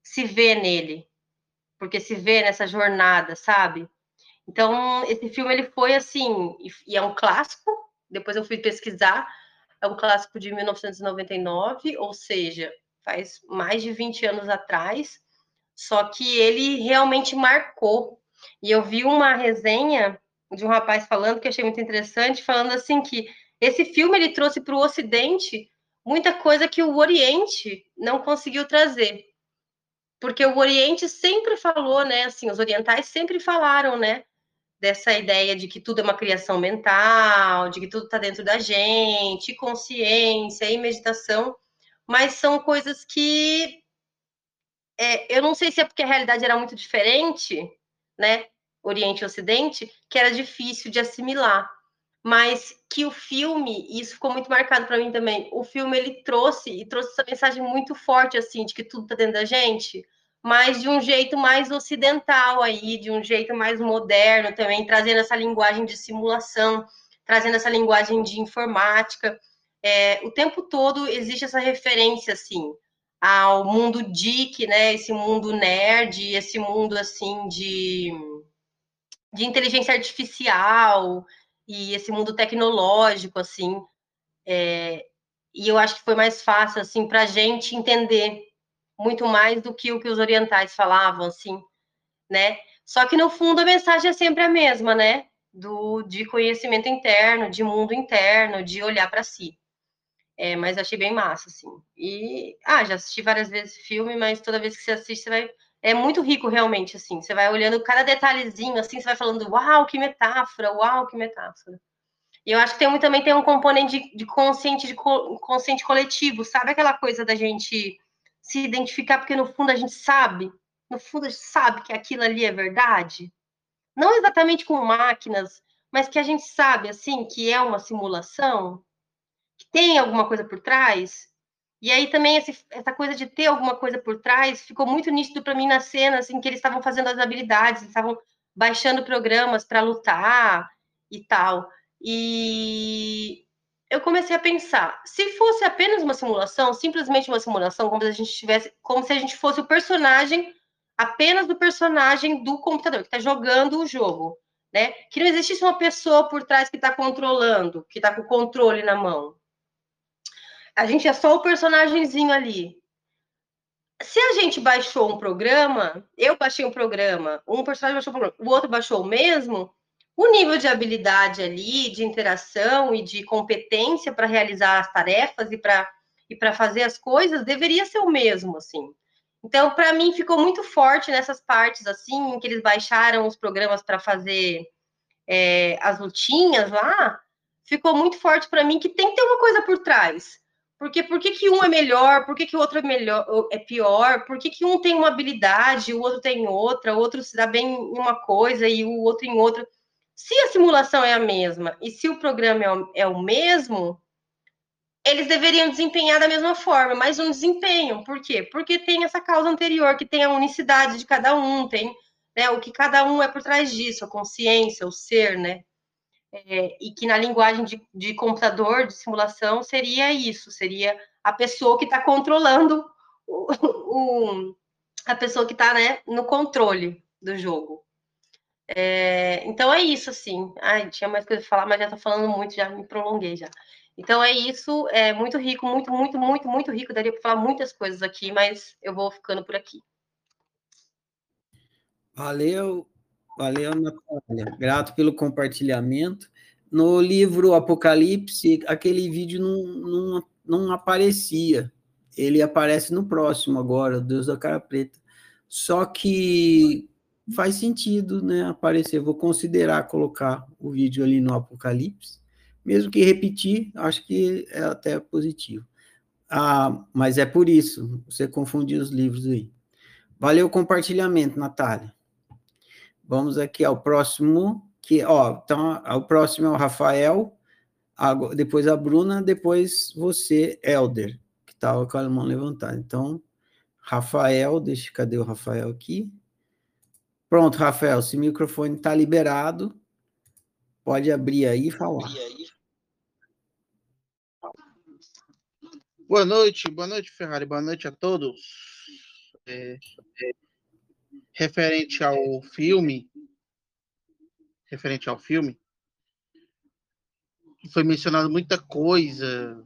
se vê nele, porque se vê nessa jornada, sabe? Então, esse filme, ele foi assim, e é um clássico, depois eu fui pesquisar, é um clássico de 1999, ou seja, faz mais de 20 anos atrás, só que ele realmente marcou. E eu vi uma resenha de um rapaz falando, que eu achei muito interessante, falando assim que esse filme, ele trouxe para o Ocidente muita coisa que o Oriente não conseguiu trazer. Porque o Oriente sempre falou, né, assim, os orientais sempre falaram, né, dessa ideia de que tudo é uma criação mental, de que tudo está dentro da gente, consciência e meditação, mas são coisas que eu não sei se é porque a realidade era muito diferente, né, Oriente e Ocidente, que era difícil de assimilar, mas que o filme, e isso ficou muito marcado para mim também, o filme ele trouxe essa mensagem muito forte, assim, de que tudo está dentro da gente, mas de um jeito mais ocidental aí, de um jeito mais moderno também, trazendo essa linguagem de simulação, trazendo essa linguagem de informática. O tempo todo existe essa referência, assim, ao mundo geek, né? Esse mundo nerd, esse mundo, assim, de inteligência artificial e esse mundo tecnológico, assim. E eu acho que foi mais fácil, assim, para a gente entender muito mais do que o que os orientais falavam, assim, né? Só que, no fundo, a mensagem é sempre a mesma, né? De conhecimento interno, de mundo interno, de olhar para si. Mas achei bem massa, assim. E, já assisti várias vezes filme, mas toda vez que você assiste, você vai... É muito rico, realmente, assim. Você vai olhando cada detalhezinho, assim, você vai falando, uau, que metáfora, uau, que metáfora. E eu acho que também tem um componente de consciente coletivo, sabe? Aquela coisa da gente se identificar, porque no fundo a gente sabe que aquilo ali é verdade. Não exatamente com máquinas, mas que a gente sabe, assim, que é uma simulação, que tem alguma coisa por trás. E aí também essa coisa de ter alguma coisa por trás ficou muito nítido para mim na cena, assim, que eles estavam fazendo as habilidades, eles estavam baixando programas para lutar e tal. E eu comecei a pensar, se fosse apenas uma simulação, simplesmente uma simulação, como se a gente fosse o personagem, apenas do personagem do computador que está jogando o jogo, né? Que não existisse uma pessoa por trás que está controlando, que está com o controle na mão. A gente é só o personagemzinho ali. Se a gente baixou um programa, eu baixei um programa, um personagem baixou um programa, o outro baixou o mesmo, o nível de habilidade ali, de interação e de competência para realizar as tarefas e para fazer as coisas deveria ser o mesmo, assim. Então, para mim, ficou muito forte nessas partes, assim, em que eles baixaram os programas para fazer as lutinhas lá, ficou muito forte para mim que tem que ter uma coisa por trás. Porque por que um é melhor, por que o outro é pior, por que um tem uma habilidade, o outro tem outra, o outro se dá bem em uma coisa e o outro em outra. Se a simulação é a mesma e se o programa é o mesmo, eles deveriam desempenhar da mesma forma, mas não desempenham. Por quê? Porque tem essa causa anterior, que tem a unicidade de cada um, tem, né, o que cada um é por trás disso, a consciência, o ser, né? E que na linguagem de computador, de simulação, seria isso, seria a pessoa que está controlando a pessoa que está, né, no controle do jogo. Então é isso, assim. Ai, tinha mais coisa para falar, mas já estou falando muito, já me prolonguei já. Então é isso, é muito rico, muito, muito, muito, muito rico. Daria para falar muitas coisas aqui, mas eu vou ficando por aqui. Valeu, Natália. Grato pelo compartilhamento. No livro Apocalipse, aquele vídeo não aparecia. Ele aparece no próximo agora, o Deus da Cara Preta. Só que faz sentido, né, aparecer. Vou considerar colocar o vídeo ali no Apocalipse. Mesmo que repetir, acho que é até positivo. Mas é por isso, você confundiu os livros aí. Valeu o compartilhamento, Natália. Vamos aqui ao próximo, então, o próximo é o Rafael, depois a Bruna, depois você, Helder, que estava com a mão levantada. Então, Rafael, cadê o Rafael aqui? Pronto, Rafael, se o microfone está liberado, pode abrir aí e falar. Boa noite, Ferrari, boa noite a todos. referente ao filme, foi mencionado muita coisa,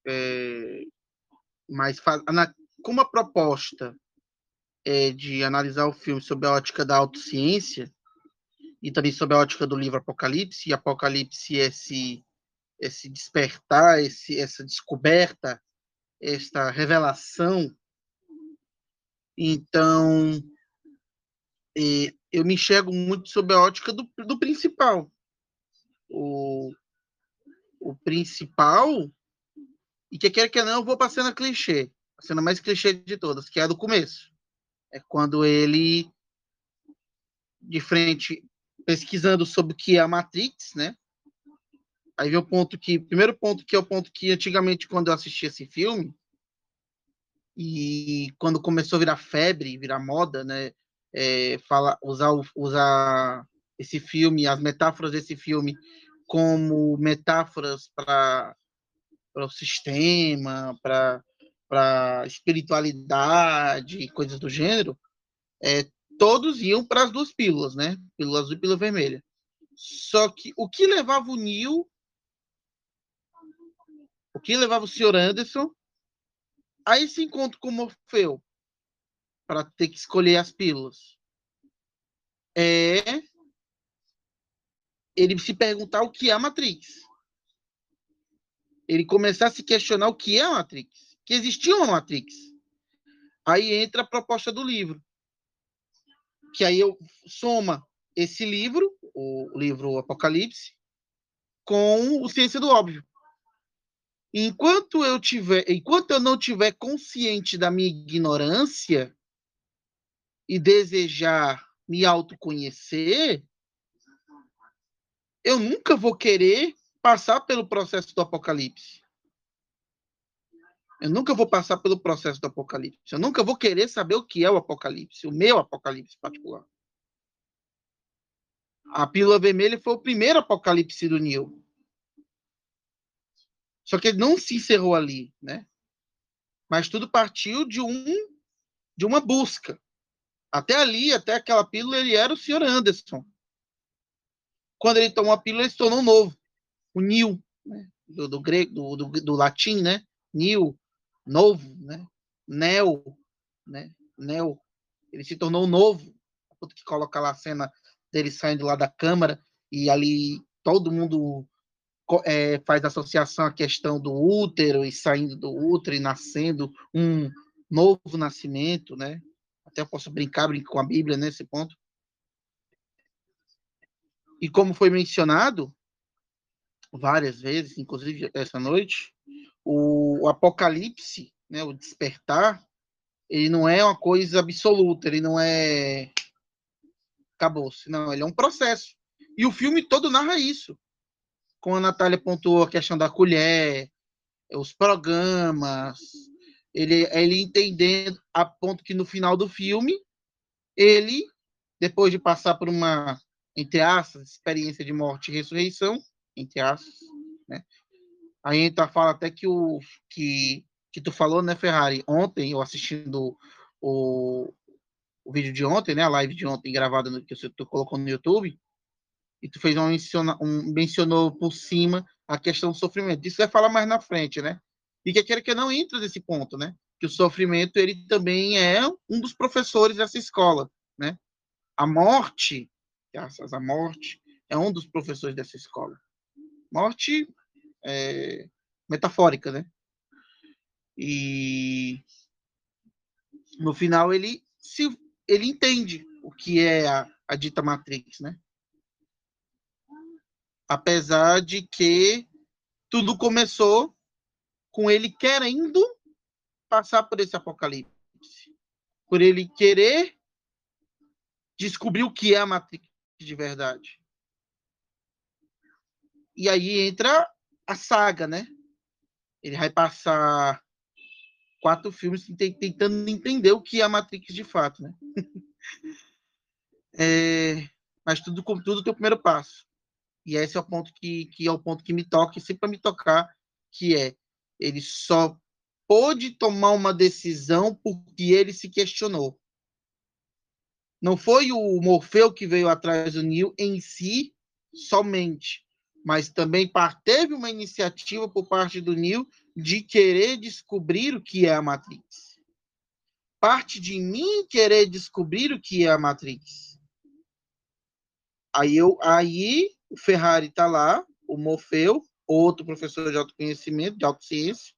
mas como a proposta é de analisar o filme sob a ótica da autociência e também sob a ótica do livro Apocalipse, e Apocalipse é esse despertar, essa descoberta, esta revelação. Então, eu me enxergo muito sob a ótica do principal. O principal, e que quer que não, eu vou para a cena clichê, a cena mais clichê de todas, que é a do começo. É quando ele, de frente, pesquisando sobre o que é a Matrix, né? Aí vem primeiro ponto que é o ponto que antigamente, quando eu assistia esse filme, e quando começou a virar febre, virar moda, né? Usar esse filme, as metáforas desse filme, como metáforas para o sistema, para espiritualidade, coisas do gênero, todos iam para as duas pílulas, né? Pílula azul e pílula vermelha. Só que o que levava o Neo, o que levava o Sr. Anderson a esse encontro com o Morfeu, para ter que escolher as pílulas, é ele se perguntar o que é a Matrix. Ele começar a se questionar o que é a Matrix. Que existia uma Matrix. Aí entra a proposta do livro. Que aí eu soma esse livro, o livro Apocalipse, com o Ciência do Óbvio. Enquanto eu não tiver consciente da minha ignorância e desejar me autoconhecer, eu nunca vou querer passar pelo processo do Apocalipse. Eu nunca vou passar pelo processo do Apocalipse. Eu nunca vou querer saber o que é o Apocalipse, o meu Apocalipse particular. A pílula vermelha foi o primeiro Apocalipse do Neo. Só que ele não se encerrou ali, né? Mas tudo partiu de uma busca. Até ali, até aquela pílula, ele era o Sr. Anderson. Quando ele tomou a pílula, ele se tornou novo. O Neo, né? do grego, do latim, né? Neo, novo, né? Neo, né? Neo. Ele se tornou novo. Que coloca lá a cena dele saindo lá da câmara e ali todo mundo faz associação à questão do útero e saindo do útero e nascendo um novo nascimento, né? Até eu posso brincar com a Bíblia nesse ponto. E como foi mencionado várias vezes, inclusive essa noite, o Apocalipse, né, o despertar, ele não é uma coisa absoluta, ele não é acabou-se, não, ele é um processo. E o filme todo narra isso. Como a Natália pontuou a questão da colher, os programas, ele entendendo a ponto que no final do filme, ele, depois de passar por uma, entre aspas, experiência de morte e ressurreição, entre aspas, né? A gente fala até que tu falou, né, Ferrari? Ontem, eu assistindo o vídeo de ontem, né, a live de ontem gravada que tu colocou no YouTube, e tu fez mencionou por cima a questão do sofrimento. Isso vai falar mais na frente, né? E que não entra nesse ponto, né? Que o sofrimento, ele também é um dos professores dessa escola, né? A morte, graças à morte, é um dos professores dessa escola. Morte metafórica, né? E no final ele entende o que é a dita Matrix, né? Apesar de que tudo começou com ele querendo passar por esse apocalipse, por ele querer descobrir o que é a Matrix de verdade. E aí entra a saga, né? Ele vai passar 4 filmes tentando entender o que é a Matrix de fato, né? Mas tudo tem o primeiro passo. E esse é o ponto que é o ponto que me toca, e sempre vai me tocar, que é ele só pôde tomar uma decisão porque ele se questionou. Não foi o Morfeu que veio atrás do Neo em si somente, mas também teve uma iniciativa por parte do Neo de querer descobrir o que é a Matrix. Parte de mim querer descobrir o que é a Matrix. Aí o Ferrari está lá, o Morfeu, outro professor de autoconhecimento, de autociência,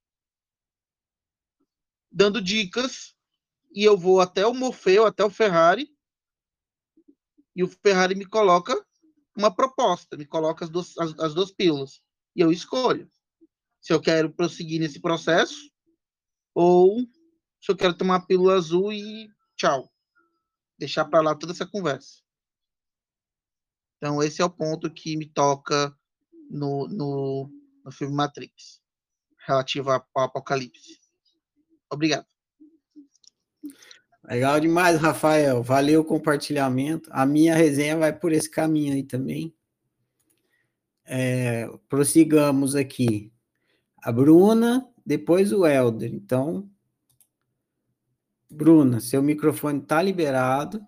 dando dicas, e eu vou até o Morfeu, até o Ferrari, e o Ferrari me coloca uma proposta, me coloca as duas pílulas, e eu escolho se eu quero prosseguir nesse processo ou se eu quero tomar a pílula azul e tchau, deixar para lá toda essa conversa. Então, esse é o ponto que me toca no filme Matrix, relativo ao Apocalipse. Obrigado. Legal demais, Rafael. Valeu o compartilhamento. A minha resenha vai por esse caminho aí também. Prossigamos aqui. A Bruna, depois o Helder. Então, Bruna, seu microfone está liberado.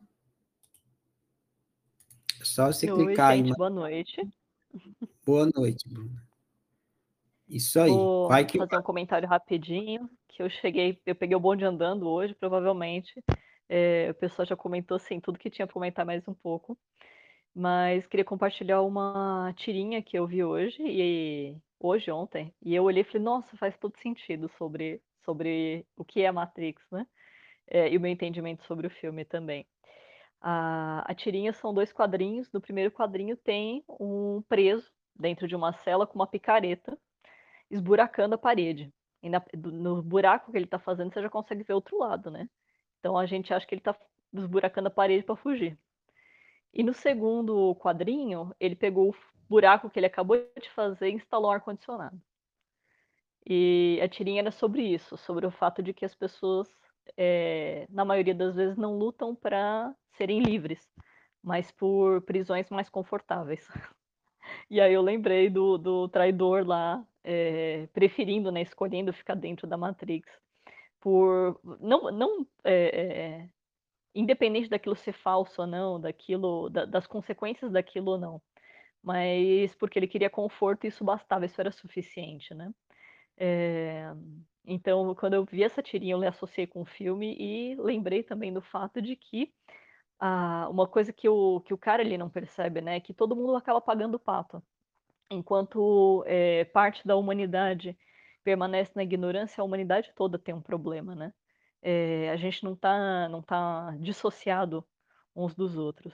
É só você Oi, clicar gente, aí. boa noite. Boa noite, Bruna. Isso aí. Vou Vai que fazer um comentário rapidinho, que eu peguei o bonde andando hoje, provavelmente. O pessoal já comentou, assim, tudo que tinha para comentar mais um pouco. Mas queria compartilhar uma tirinha que eu vi ontem, e eu olhei e falei, nossa, faz todo sentido sobre o que é a Matrix, né? E o meu entendimento sobre o filme também. A tirinha são 2 quadrinhos. No primeiro quadrinho tem um preso dentro de uma cela com uma picareta, esburacando a parede. E no buraco que ele está fazendo, você já consegue ver outro lado, né? Então a gente acha que ele está esburacando a parede para fugir. E no segundo quadrinho, ele pegou o buraco que ele acabou de fazer e instalou um ar-condicionado. E a tirinha era sobre isso, sobre o fato de que as pessoas, na maioria das vezes, não lutam para serem livres, mas por prisões mais confortáveis. E aí eu lembrei do traidor lá, preferindo, né, escolhendo ficar dentro da Matrix, por não independente daquilo ser falso ou não, das consequências daquilo ou não, mas porque ele queria conforto e isso bastava, isso era suficiente, né? Então, quando eu vi essa tirinha, eu associei com o filme e lembrei também do fato de que uma coisa que o cara ali não percebe, né, é que todo mundo acaba pagando o pato. Enquanto parte da humanidade permanece na ignorância, a humanidade toda tem um problema, né? A gente não tá dissociado uns dos outros.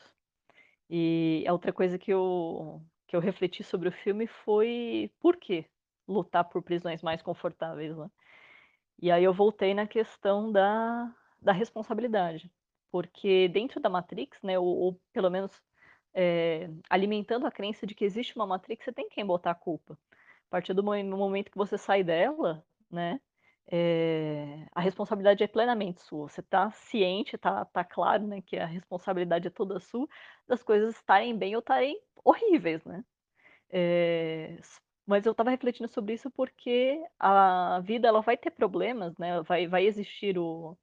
E a outra coisa que eu refleti sobre o filme foi por que lutar por prisões mais confortáveis, né? E aí eu voltei na questão da responsabilidade, porque dentro da Matrix, né, ou pelo menos alimentando a crença de que existe uma Matrix, você tem quem botar a culpa. A partir do momento que você sai dela, né, a responsabilidade é plenamente sua. Você está ciente, tá claro, né, que a responsabilidade é toda sua, das coisas estarem bem ou estarem horríveis, né? Mas eu estava refletindo sobre isso porque a vida ela vai ter problemas, né? Vai existir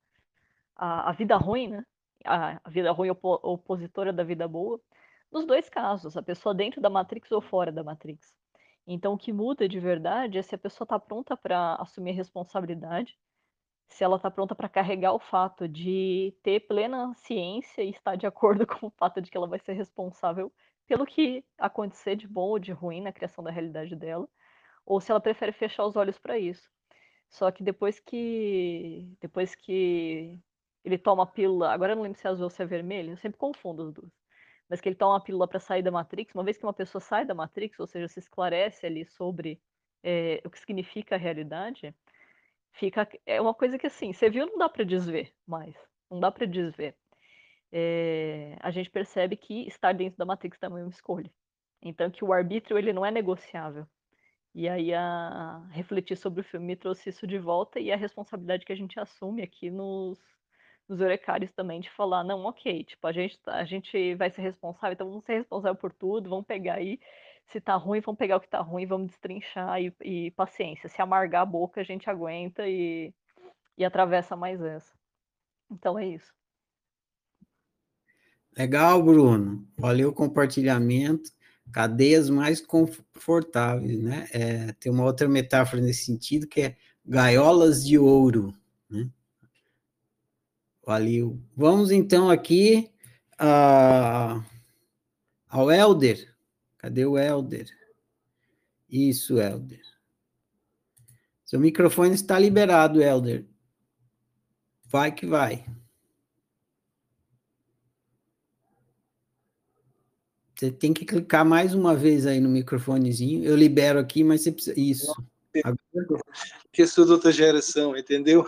a vida ruim, né? A vida ruim opositora da vida boa. Nos dois casos, a pessoa dentro da Matrix ou fora da Matrix. Então, o que muda de verdade é se a pessoa está pronta para assumir a responsabilidade, se ela está pronta para carregar o fato de ter plena ciência e estar de acordo com o fato de que ela vai ser responsável pelo que acontecer de bom ou de ruim na criação da realidade dela, ou se ela prefere fechar os olhos para isso. Só que depois que ele toma a pílula, agora eu não lembro se é azul ou se é vermelho, eu sempre confundo as duas. Mas que ele toma a pílula para sair da Matrix, uma vez que uma pessoa sai da Matrix, ou seja, se esclarece ali sobre o que significa a realidade, é uma coisa que assim, você viu, não dá para desver mais, não dá para desver. A gente percebe que estar dentro da Matrix também é uma escolha. Então que o arbítrio ele não é negociável. E aí refletir sobre o filme me trouxe isso de volta e a responsabilidade que a gente assume aqui nos Eurecários também de falar, não, ok, tipo, a gente vai ser responsável, então vamos ser responsável por tudo, vamos pegar aí Se tá ruim, vamos pegar o que tá ruim, vamos destrinchar e paciência. Se amargar a boca, a gente aguenta e atravessa mais essa. Então é isso. Legal, Bruno. Valeu o compartilhamento. Cadeias mais confortáveis, né? Tem uma outra metáfora nesse sentido, que é gaiolas de ouro, né? Valeu. Vamos, então, aqui ao Helder. Cadê o Helder? Isso, Helder. Seu microfone está liberado, Helder. Vai que vai. Você tem que clicar mais uma vez aí no microfonezinho. Eu libero aqui, mas você precisa... Isso. Que eu sou de outra geração, entendeu?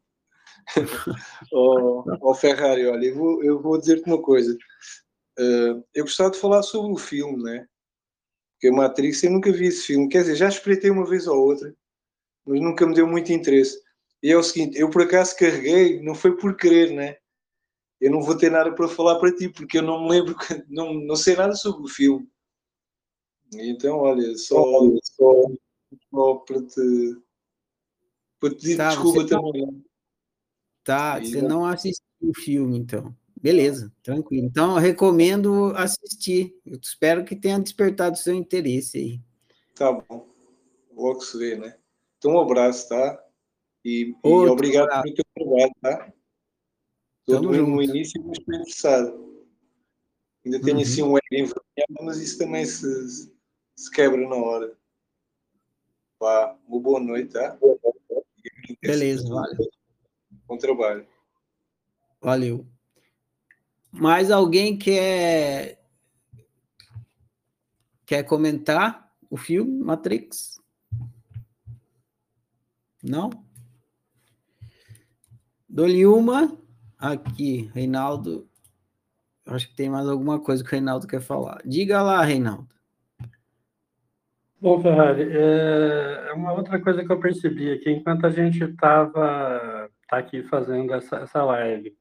Ferrari, olha, eu vou dizer-te uma coisa. Eu gostava de falar sobre o filme, né? Porque a Matrix, eu nunca vi esse filme. Quer dizer, já espreitei uma vez ou outra, mas nunca me deu muito interesse. E é o seguinte, eu por acaso carreguei, não foi por querer, né? Eu não vou ter nada para falar para ti, porque eu não me lembro, não sei nada sobre o filme. Então, olha, só para te pedir desculpa também. Tá, você não assistiu o filme, então. Beleza, tranquilo. Então, eu recomendo assistir. Eu espero que tenha despertado seu interesse aí. Tá bom. Logo se vê, né? Então, um abraço, tá? E obrigado pelo teu trabalho, tá? Estou no início, mas estou interessado. Ainda tenho assim um ego envergonhado, mas isso também se quebra na hora. Vá, uma boa noite, tá? Beleza, valeu. Bom trabalho. Valeu. Mais alguém quer comentar o filme Matrix? Não? Dou-lhe uma. Aqui, Reinaldo. Acho que tem mais alguma coisa que o Reinaldo quer falar. Diga lá, Reinaldo. Bom, Ferrari, é uma outra coisa que eu percebi aqui, enquanto a gente tá aqui fazendo essa live,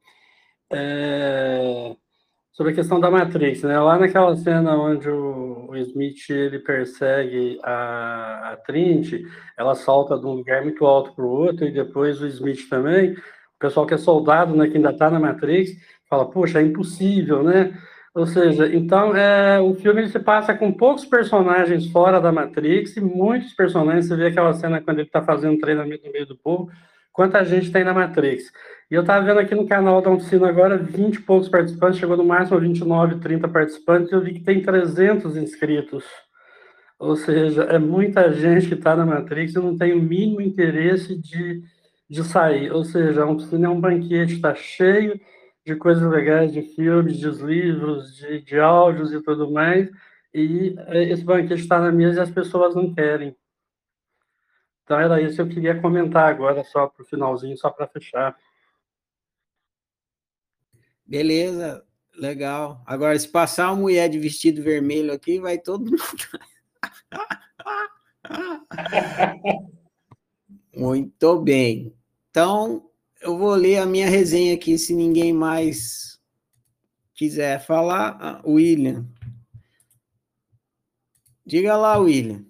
sobre a questão da Matrix, né? Lá naquela cena onde o Smith ele persegue a Trinity, ela salta de um lugar muito alto para o outro, e depois o Smith também, o pessoal que é soldado, né, que ainda está na Matrix, fala, poxa, é impossível, né? Ou seja, então, o filme ele se passa com poucos personagens fora da Matrix e muitos personagens. Você vê aquela cena quando ele está fazendo treinamento no meio do povo, quanta gente tem na Matrix. E eu estava vendo aqui no canal da oficina agora 20 e poucos participantes, chegou no máximo a 29, 30 participantes, e eu vi que tem 300 inscritos. Ou seja, é muita gente que está na Matrix e não tem o mínimo interesse de sair. Ou seja, a oficina é um banquete, está cheio de coisas legais, de filmes, de livros, de áudios e tudo mais, e esse banquete está na mesa e as pessoas não querem. Então era isso que eu queria comentar agora, só para o finalzinho, só para fechar. Beleza, legal. Agora, se passar uma mulher de vestido vermelho aqui, vai todo mundo... Muito bem. Então, eu vou ler a minha resenha aqui, se ninguém mais quiser falar. William. Diga lá, William.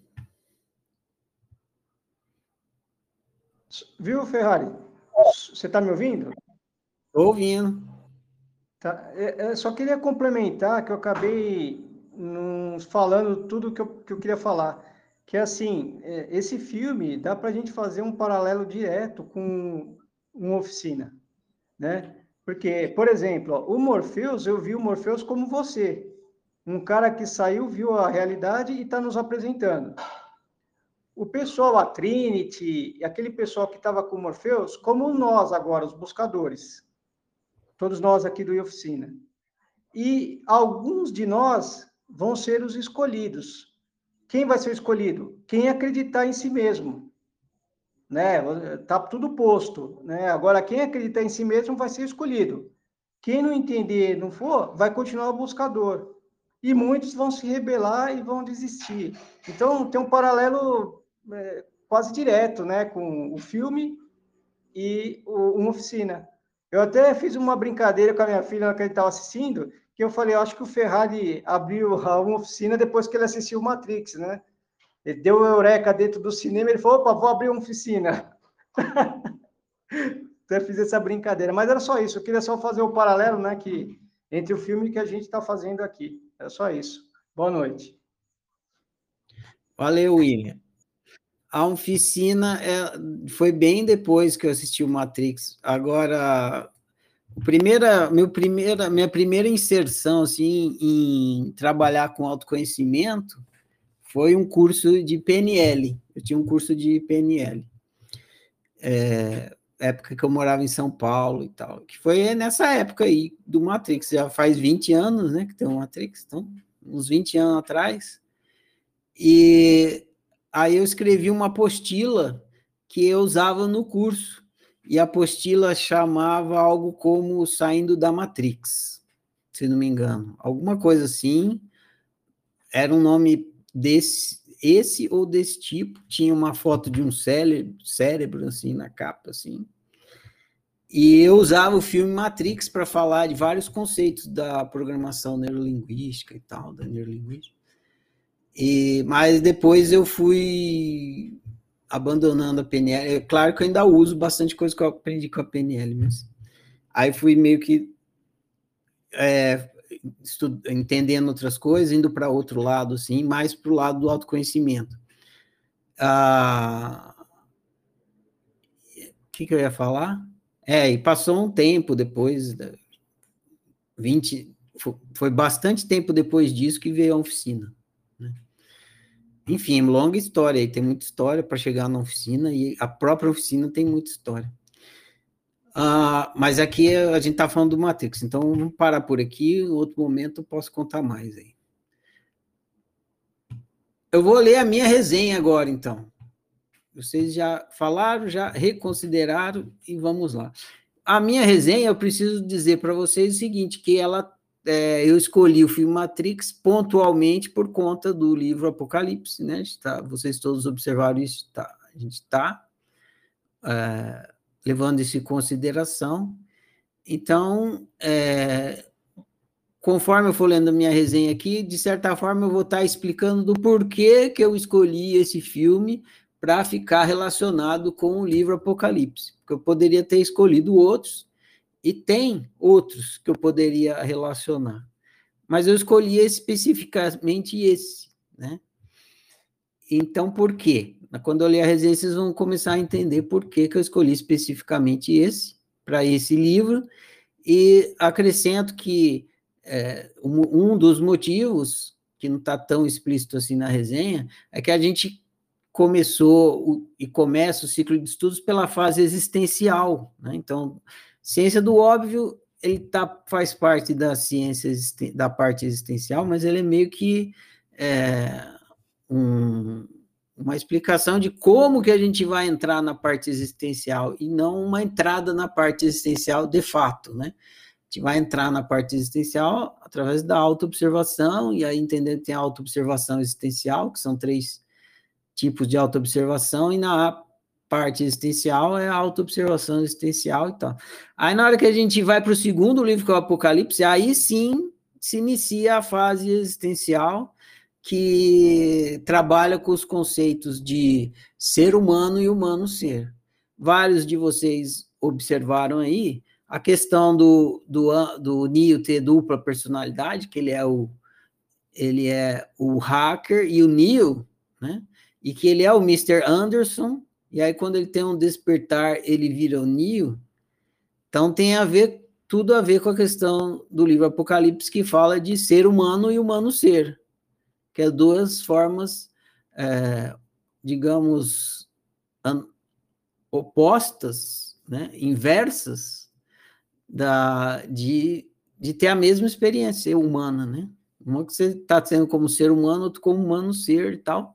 Viu, Ferrari? Você está me ouvindo? Estou ouvindo. Tá. Eu só queria complementar, que eu acabei falando tudo que eu queria falar. Que, assim, esse filme dá para a gente fazer um paralelo direto com uma oficina, né? Porque, por exemplo, ó, o Morpheus, eu vi o Morpheus como você. Um cara que saiu, viu a realidade e está nos apresentando. O pessoal, a Trinity, aquele pessoal que estava com o Morpheus, como nós agora, os buscadores. Todos nós aqui do Oficina. E alguns de nós vão ser os escolhidos. Quem vai ser o escolhido? Quem acreditar em si mesmo. Né? Tá tudo posto. Né? Agora, quem acreditar em si mesmo vai ser escolhido. Quem não entender, não for, vai continuar o buscador. E muitos vão se rebelar e vão desistir. Então, tem um paralelo quase direto, né, com o filme e uma oficina. Eu até fiz uma brincadeira com a minha filha na que ele estava assistindo, que eu falei, eu acho que o Ferrari abriu uma oficina depois que ele assistiu Matrix, né? Ele deu o eureka dentro do cinema, ele falou, opa, vou abrir uma oficina. Então eu fiz essa brincadeira, mas era só isso, eu queria só fazer o paralelo, né, entre o filme que a gente está fazendo aqui. Era só isso. Boa noite. Valeu, William. A oficina foi bem depois que eu assisti o Matrix. Agora, minha primeira inserção assim, em trabalhar com autoconhecimento foi um curso de PNL. Eu tinha um curso de PNL. Época que eu morava em São Paulo e tal. Que foi nessa época aí do Matrix. Já faz 20 anos, né, que tem o Matrix. Então, uns 20 anos atrás. E aí eu escrevi uma apostila que eu usava no curso. E a apostila chamava algo como Saindo da Matrix, se não me engano. Alguma coisa assim. Era um nome esse ou desse tipo. Tinha uma foto de um cérebro assim, na capa, assim. E eu usava o filme Matrix para falar de vários conceitos da programação neurolinguística e tal, da neurolinguística. Mas depois eu fui abandonando a PNL. É claro que eu ainda uso bastante coisa que eu aprendi com a PNL, mas aí fui meio que entendendo outras coisas, indo para outro lado, assim, mais para o lado do autoconhecimento. O que eu ia falar? E passou um tempo depois, 20, foi bastante tempo depois disso que veio a oficina, né? Enfim, longa história, tem muita história para chegar na oficina, e a própria oficina tem muita história. Mas aqui a gente está falando do Matrix, então vamos parar por aqui, em outro momento eu posso contar mais aí. Eu vou ler a minha resenha agora, então. Vocês já falaram, já reconsideraram, e vamos lá. A minha resenha, eu preciso dizer para vocês o seguinte, que eu escolhi o filme Matrix pontualmente por conta do livro Apocalipse, né? Vocês todos observaram isso, a gente está levando isso em consideração. Então, conforme eu for lendo a minha resenha aqui, de certa forma eu vou estar explicando do porquê que eu escolhi esse filme para ficar relacionado com o livro Apocalipse, porque eu poderia ter escolhido outros, e tem outros que eu poderia relacionar, mas eu escolhi especificamente esse, né? Então, por quê? Quando eu ler a resenha, vocês vão começar a entender por que eu escolhi especificamente esse, para esse livro, e acrescento que um dos motivos, que não está tão explícito assim na resenha, é que a gente começou e começa o ciclo de estudos pela fase existencial, né? Então, ciência do óbvio, ele faz parte da ciência, da parte existencial, mas ele é meio que uma explicação de como que a gente vai entrar na parte existencial, e não uma entrada na parte existencial de fato, né? A gente vai entrar na parte existencial através da autoobservação, e aí entendendo que tem a autoobservação existencial, que são 3 tipos de autoobservação, e na parte existencial é a autoobservação existencial e tal. Aí na hora que a gente vai para o segundo livro, que é o Apocalipse, aí sim se inicia a fase existencial, que trabalha com os conceitos de ser humano e humano ser. Vários de vocês observaram aí a questão do Neo ter dupla personalidade, que ele é o hacker e o Neo, né? E que ele é o Mr. Anderson, e aí quando ele tem um despertar, ele vira o Neo. Então tem tudo a ver com a questão do livro Apocalipse, que fala de ser humano e humano ser, que é 2 formas, digamos, opostas, né? Inversas, de ter a mesma experiência humana, né? Uma que você está tendo como ser humano, outro como humano ser e tal.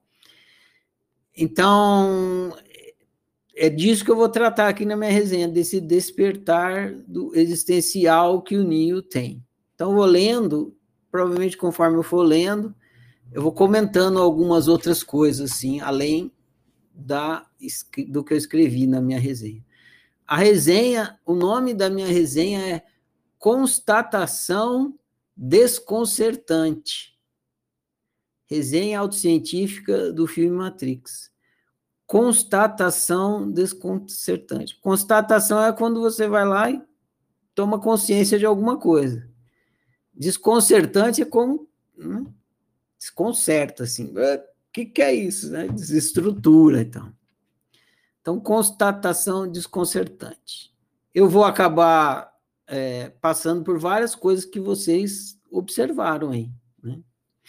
Então, é disso que eu vou tratar aqui na minha resenha, desse despertar do existencial que o Neo tem. Então, eu vou lendo, provavelmente conforme eu for lendo, eu vou comentando algumas outras coisas, assim, além do que eu escrevi na minha resenha. A resenha, o nome da minha resenha é Constatação desconcertante. Resenha autocientífica do filme Matrix. Constatação desconcertante. Constatação é quando você vai lá e toma consciência de alguma coisa. Desconcertante é como desconcerta, assim. O que é isso? Né? Desestrutura, então. Então, constatação desconcertante. Eu vou acabar passando por várias coisas que vocês observaram aí, né?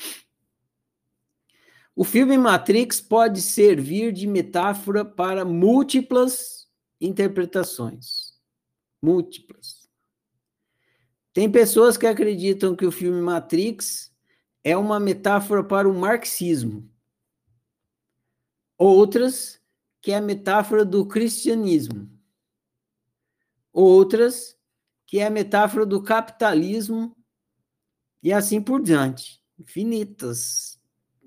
O filme Matrix pode servir de metáfora para múltiplas interpretações. Múltiplas. Tem pessoas que acreditam que o filme Matrix é uma metáfora para o marxismo. Outras que é a metáfora do cristianismo. Outras que é a metáfora do capitalismo e assim por diante. Infinitas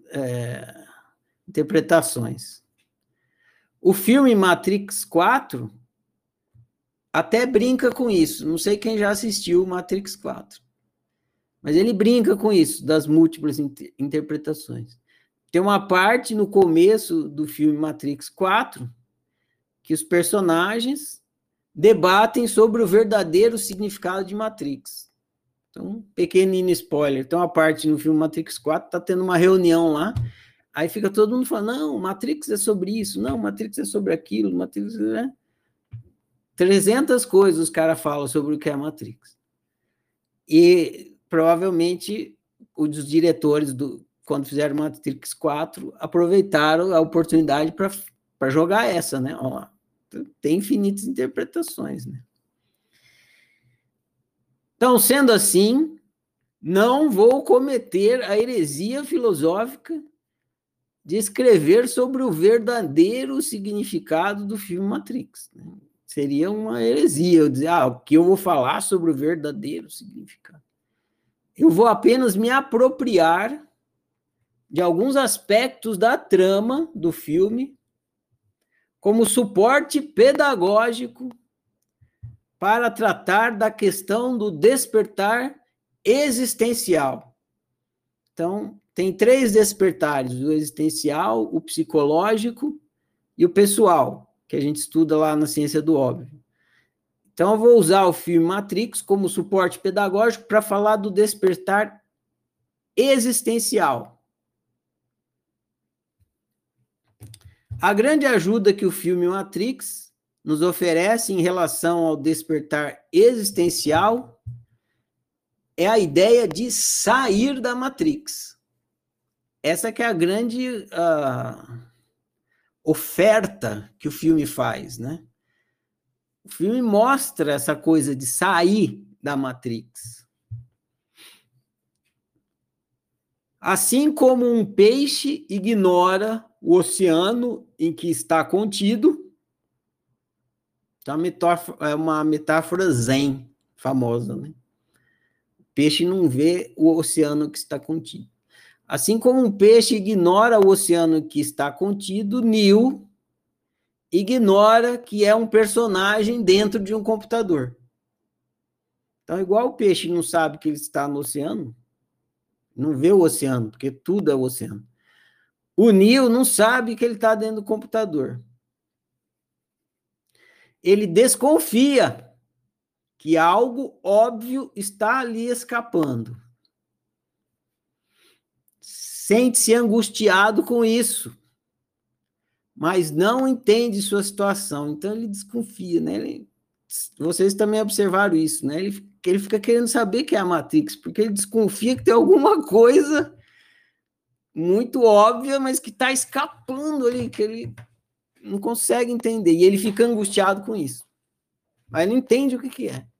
interpretações. O filme Matrix 4 até brinca com isso. Não sei quem já assistiu Matrix 4. Mas ele brinca com isso, das múltiplas interpretações. Tem uma parte no começo do filme Matrix 4 que os personagens debatem sobre o verdadeiro significado de Matrix. Então, pequenino spoiler. Tem uma parte no filme Matrix 4, está tendo uma reunião lá, aí fica todo mundo falando, não, Matrix é sobre isso, não, Matrix é sobre aquilo, Matrix é... 300 coisas os caras falam sobre o que é Matrix. E provavelmente os diretores, quando fizeram Matrix 4, aproveitaram a oportunidade para jogar essa, né? Ó, tem infinitas interpretações, né? Então, sendo assim, não vou cometer a heresia filosófica de escrever sobre o verdadeiro significado do filme Matrix. Né? Seria uma heresia eu dizer, o que eu vou falar sobre o verdadeiro significado? Eu vou apenas me apropriar de alguns aspectos da trama do filme como suporte pedagógico para tratar da questão do despertar existencial. Então, tem 3 despertares, o existencial, o psicológico e o pessoal, que a gente estuda lá na Ciência do Óbvio. Então, eu vou usar o filme Matrix como suporte pedagógico para falar do despertar existencial. A grande ajuda que o filme Matrix nos oferece em relação ao despertar existencial é a ideia de sair da Matrix. Essa que é a grande oferta que o filme faz, né? O filme mostra essa coisa de sair da Matrix. Assim como um peixe ignora o oceano em que está contido, então é uma metáfora zen, famosa, né? O peixe não vê o oceano que está contido. Assim como um peixe ignora o oceano que está contido, Neo ignora que é um personagem dentro de um computador. Então, igual o peixe não sabe que ele está no oceano, não vê o oceano, porque tudo é o oceano. O Neo não sabe que ele está dentro do computador. Ele desconfia que algo óbvio está ali escapando. Sente-se angustiado com isso, mas não entende sua situação. Então, ele desconfia, né? Vocês também observaram isso, né? Ele fica querendo saber o que é a Matrix, porque ele desconfia que tem alguma coisa muito óbvia, mas que está escapando ali, que ele não consegue entender. E ele fica angustiado com isso. Mas não entende o que é.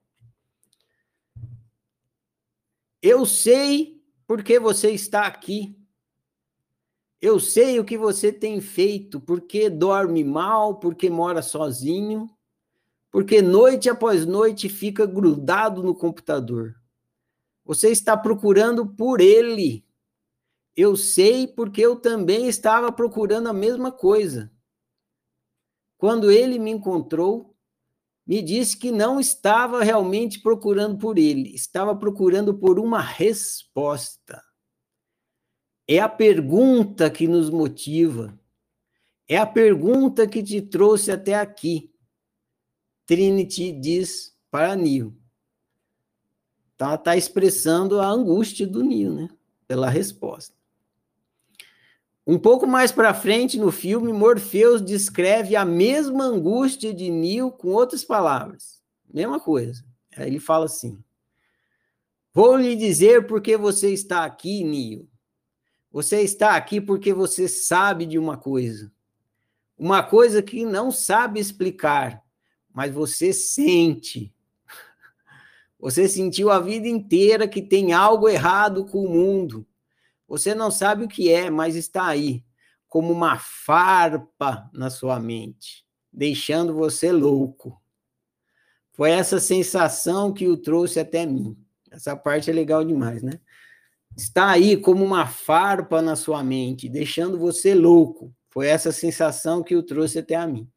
Eu sei porque você está aqui. Eu sei o que você tem feito, porque dorme mal, porque mora sozinho, porque noite após noite fica grudado no computador. Você está procurando por ele. Eu sei porque eu também estava procurando a mesma coisa. Quando ele me encontrou, me disse que não estava realmente procurando por ele, estava procurando por uma resposta. É a pergunta que nos motiva, é a pergunta que te trouxe até aqui. Trinity diz para Neo. Então, ela está expressando a angústia do Neo, né? Pela resposta. Um pouco mais para frente no filme, Morpheus descreve a mesma angústia de Neo com outras palavras. Mesma coisa. Aí ele fala assim: vou lhe dizer por que você está aqui, Neo. Você está aqui porque você sabe de uma coisa que não sabe explicar, mas você sente. Você sentiu a vida inteira que tem algo errado com o mundo. Você não sabe o que é, mas está aí, como uma farpa na sua mente, deixando você louco. Foi essa sensação que o trouxe até mim. Essa parte é legal demais, né? Está aí como uma farpa na sua mente, deixando você louco. Foi essa sensação que o trouxe até a mim.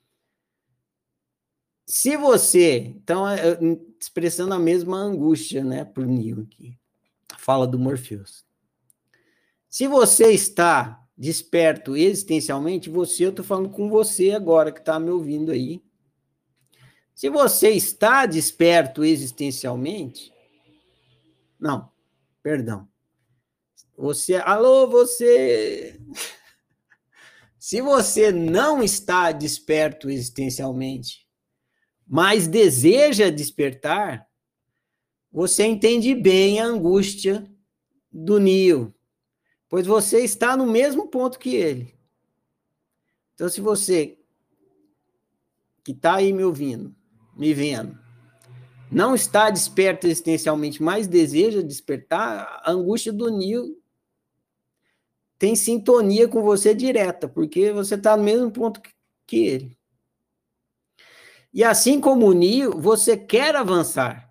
Se você... Então, expressando a mesma angústia, né, para o Neo aqui. Fala do Morpheus. Se você está desperto existencialmente, eu estou falando com você agora, que está me ouvindo aí. Se você está desperto existencialmente... Não, perdão. Alô, você... Se você não está desperto existencialmente, mas deseja despertar, você entende bem a angústia do Neo, pois você está no mesmo ponto que ele. Então, se você que está aí me ouvindo, me vendo, não está desperto existencialmente, mas deseja despertar, a angústia do Neo tem sintonia com você direta, porque você está no mesmo ponto que ele. E assim como o Neo, você quer avançar.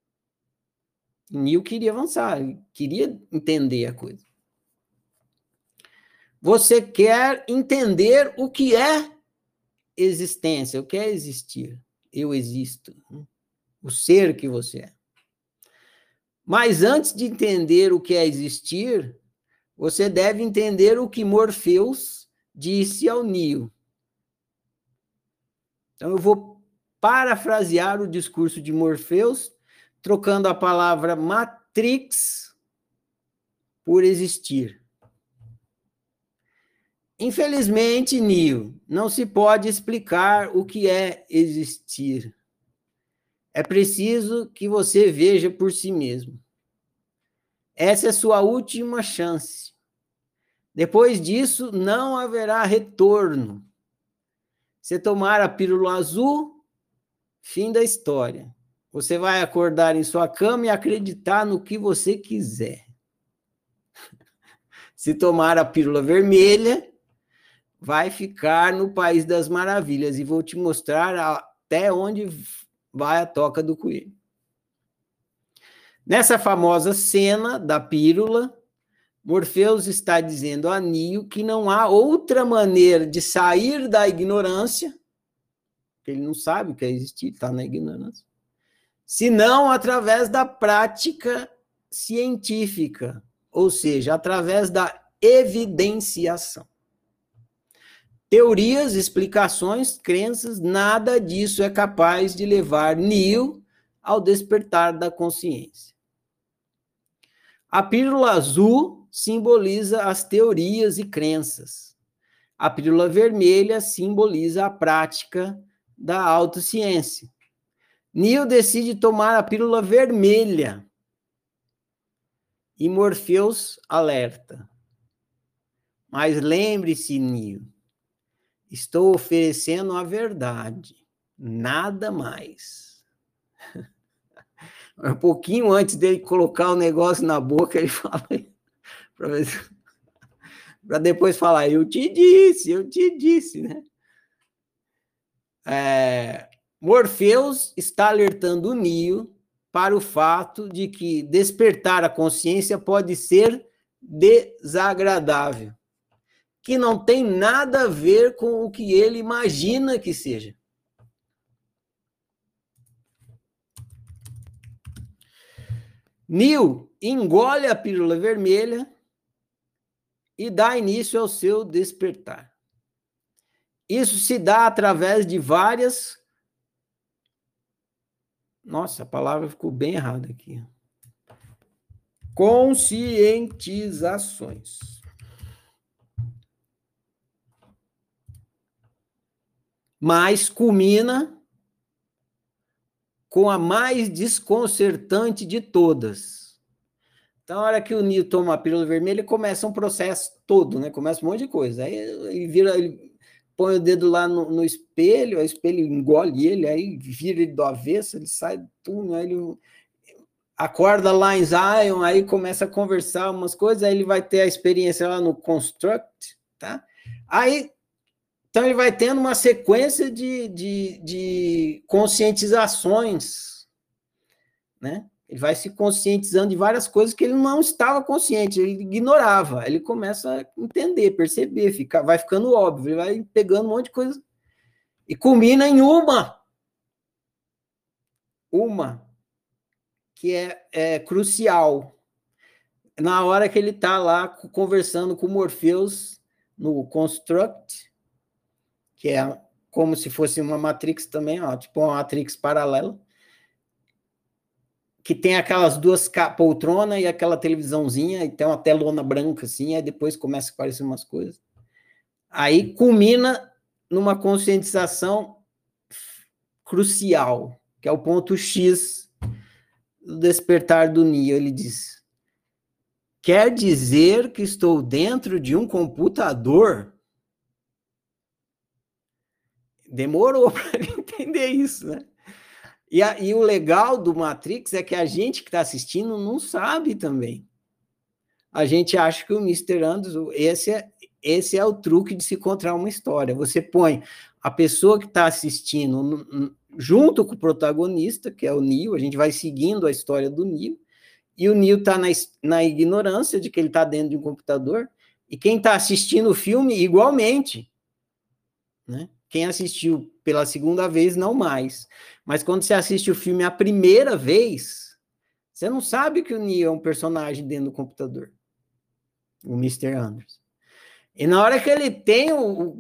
O Neo queria avançar, queria entender a coisa. Você quer entender o que é existência, o que é existir. Eu existo. O ser que você é. Mas antes de entender o que é existir, você deve entender o que Morpheus disse ao Neo. Então, eu vou parafrasear o discurso de Morpheus, trocando a palavra matrix por existir. Infelizmente, Neo, não se pode explicar o que é existir. É preciso que você veja por si mesmo. Essa é sua última chance. Depois disso, não haverá retorno. Você tomar a pílula azul, fim da história. Você vai acordar em sua cama e acreditar no que você quiser. Se tomar a pílula vermelha, vai ficar no País das Maravilhas. E vou te mostrar até onde vai a toca do coelho. Nessa famosa cena da pílula, Morpheus está dizendo a Neo que não há outra maneira de sair da ignorância, porque ele não sabe o que é existir, está na ignorância, senão através da prática científica, ou seja, através da evidenciação. Teorias, explicações, crenças, nada disso é capaz de levar Neo ao despertar da consciência. A pílula azul simboliza as teorias e crenças. A pílula vermelha simboliza a prática da autociência. Neo decide tomar a pílula vermelha. E Morpheus alerta. Mas lembre-se, Neo, estou oferecendo a verdade, nada mais. Um pouquinho antes dele colocar o negócio na boca, ele fala para depois falar, eu te disse, né? Morpheus está alertando o Neo para o fato de que despertar a consciência pode ser desagradável, que não tem nada a ver com o que ele imagina que seja. Neo engole a pílula vermelha e dá início ao seu despertar. Isso se dá através de várias... Nossa, a palavra ficou bem errada aqui. Conscientizações. Mas culmina com a mais desconcertante de todas. Então, a hora que o Neo toma a pílula vermelha, começa um processo todo, né? Começa um monte de coisa. Aí ele põe o dedo lá no espelho, o espelho engole ele, aí vira ele do avesso, ele sai do túnel, aí ele acorda lá em Zion, aí começa a conversar umas coisas, aí ele vai ter a experiência lá no Construct, tá? Aí, então ele vai tendo uma sequência de conscientizações, né? Ele vai se conscientizando de várias coisas que ele não estava consciente, ele ignorava. Ele começa a entender, perceber, vai ficando óbvio, ele vai pegando um monte de coisa e culmina em uma que é crucial. Na hora que ele está lá conversando com o Morpheus no Construct, que é como se fosse uma Matrix também, ó, tipo uma Matrix paralela, que tem aquelas duas poltronas e aquela televisãozinha, e tem uma telona branca assim, aí depois começa a aparecer umas coisas. Aí culmina numa conscientização crucial, que é o ponto X do despertar do Neo. Ele diz: quer dizer que estou dentro de um computador? Demorou para ele entender isso, né? E o legal do Matrix é que a gente que está assistindo não sabe também. A gente acha que o Mr. Anderson, esse é o truque de se contar uma história. Você põe a pessoa que está assistindo junto com o protagonista, que é o Neo, a gente vai seguindo a história do Neo, e o Neo está na ignorância de que ele está dentro de um computador, e quem está assistindo o filme, igualmente, né? Quem assistiu pela segunda vez, não mais. Mas quando você assiste o filme a primeira vez, você não sabe que o Neo é um personagem dentro do computador. O Mr. Anderson. E na hora que ele tem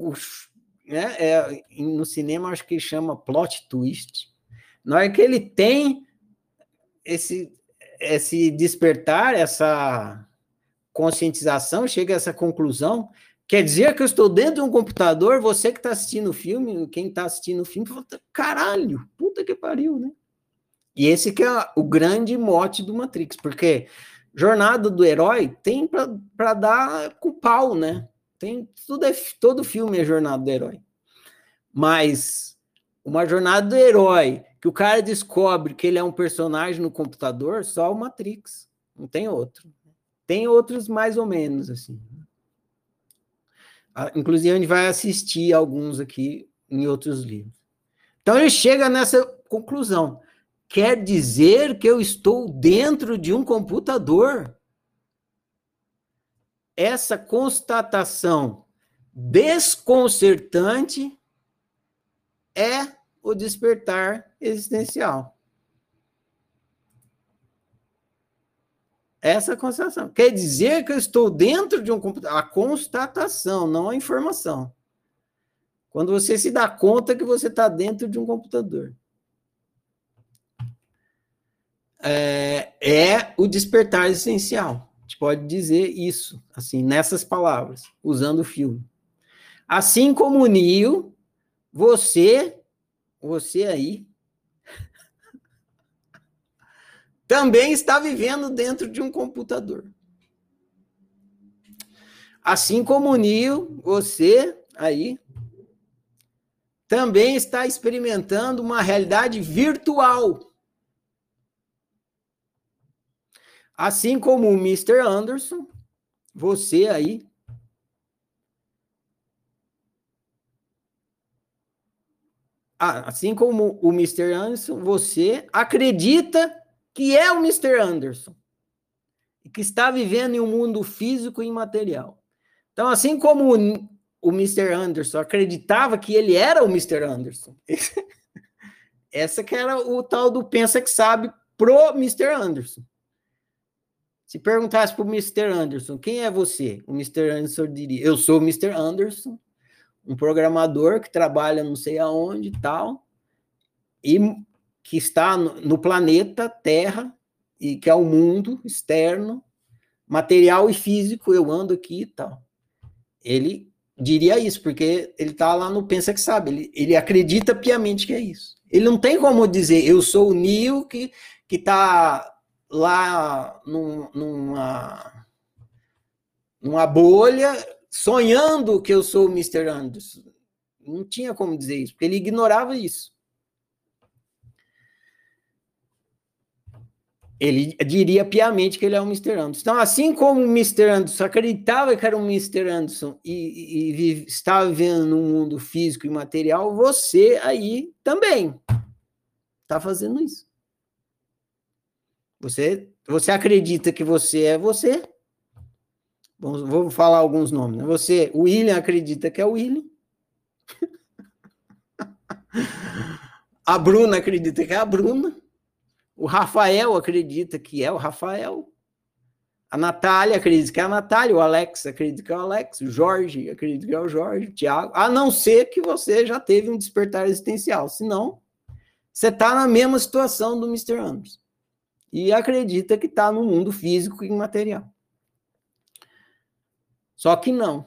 no cinema, acho que chama plot twist. Na hora que ele tem esse despertar, essa conscientização, chega a essa conclusão. Quer dizer que eu estou dentro de um computador, você que está assistindo o filme, quem está assistindo o filme, fala, caralho, puta que pariu, né? E esse que é o grande mote do Matrix, porque jornada do herói tem para dar com pau, né? Todo filme é jornada do herói. Mas uma jornada do herói, que o cara descobre que ele é um personagem no computador, só o Matrix, não tem outro. Tem outros mais ou menos, assim. Inclusive, a gente vai assistir alguns aqui em outros livros. Então, ele chega nessa conclusão. Quer dizer que eu estou dentro de um computador? Essa constatação desconcertante é o despertar existencial. Essa constatação. Quer dizer que eu estou dentro de um computador? A constatação, não a informação. Quando você se dá conta que você está dentro de um computador. É o despertar existencial. A gente pode dizer isso, assim, nessas palavras, usando o filme. Assim como o Neo, você aí, também está vivendo dentro de um computador. Assim como o Neo, você aí também está experimentando uma realidade virtual. Assim como o Mr. Anderson, você aí assim como o Mr. Anderson, você acredita que é o Mr. Anderson, e que está vivendo em um mundo físico e imaterial. Então, assim como o Mr. Anderson acreditava que ele era o Mr. Anderson, essa que era o tal do pensa que sabe pro Mr. Anderson. Se perguntasse para o Mr. Anderson, quem é você? O Mr. Anderson diria, eu sou o Mr. Anderson, um programador que trabalha não sei aonde e tal, e que está no planeta Terra, e que é o mundo externo, material e físico, eu ando aqui e tal. Ele diria isso, porque ele está lá no Pensa que Sabe, ele acredita piamente que é isso. Ele não tem como dizer, eu sou o Neo que está lá numa bolha, sonhando que eu sou o Mr. Anderson. Não tinha como dizer isso, porque ele ignorava isso. Ele diria piamente que ele é o Mr. Anderson. Então, assim como o Mr. Anderson acreditava que era um Mr. Anderson e estava vivendo num mundo físico e material, você aí também está fazendo isso. Você acredita que você é você? Vou falar alguns nomes. Né? O William acredita que é o William. A Bruna acredita que é a Bruna. O Rafael acredita que é o Rafael. A Natália acredita que é a Natália. O Alex acredita que é o Alex. O Jorge acredita que é o Jorge. O Tiago. A não ser que você já teve um despertar existencial. Senão, você está na mesma situação do Mr. Anderson. E acredita que está no mundo físico e material. Só que não.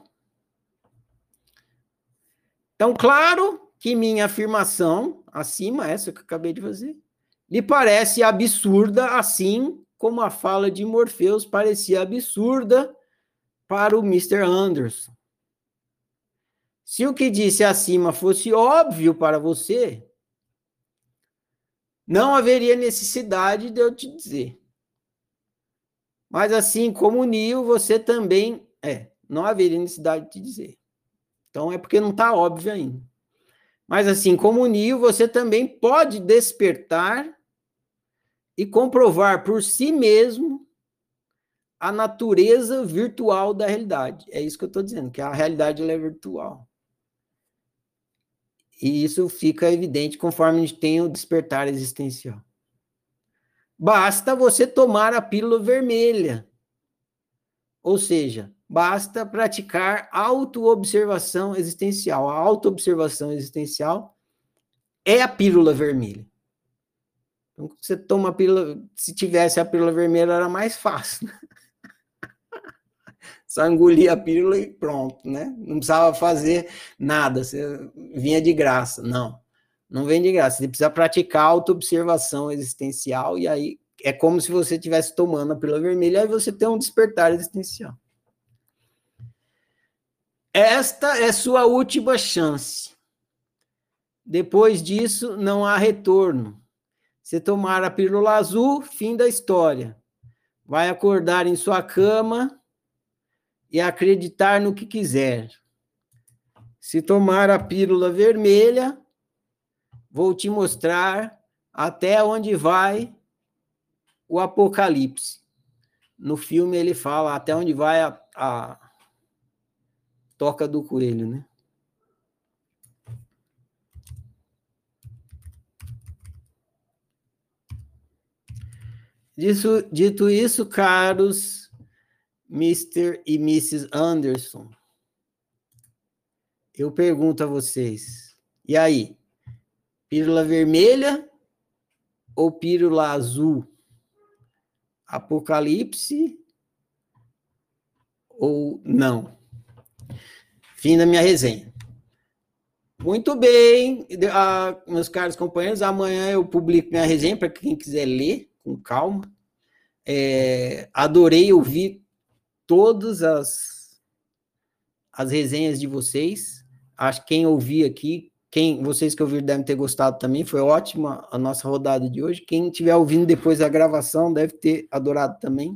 Então, claro que minha afirmação, acima, essa que eu acabei de fazer, lhe parece absurda, assim como a fala de Morpheus parecia absurda para o Mr. Anderson. Se o que disse acima fosse óbvio para você, não haveria necessidade de eu te dizer. Mas assim como o Neo, você também... não haveria necessidade de te dizer. Então é porque não está óbvio ainda. Mas assim como o Neo, você também pode despertar e comprovar por si mesmo a natureza virtual da realidade. É isso que eu estou dizendo, que a realidade ela é virtual. E isso fica evidente conforme a gente tem o despertar existencial. Basta você tomar a pílula vermelha. Ou seja, basta praticar autoobservação existencial. A autoobservação existencial é a pílula vermelha. Então, você toma a pílula, se tivesse a pílula vermelha, era mais fácil. Só engolia a pílula e pronto, né? Não precisava fazer nada, você vinha de graça. Não vem de graça. Você precisa praticar autoobservação existencial e aí é como se você estivesse tomando a pílula vermelha, aí você tem um despertar existencial. Esta é sua última chance. Depois disso, não há retorno. Se tomar a pílula azul, fim da história. Vai acordar em sua cama e acreditar no que quiser. Se tomar a pílula vermelha, vou te mostrar até onde vai o apocalipse. No filme ele fala até onde vai a toca do coelho, né? Dito isso, caros Mr. e Mrs. Anderson, eu pergunto a vocês, e aí, pílula vermelha ou pílula azul? Apocalipse ou não? Fim da minha resenha. Muito bem, meus caros companheiros, amanhã eu publico minha resenha para quem quiser ler com calma. Adorei ouvir todas as resenhas de vocês. Acho que quem ouvir aqui, vocês que ouviram devem ter gostado também. Foi ótima a nossa rodada de hoje. Quem estiver ouvindo depois da gravação deve ter adorado também.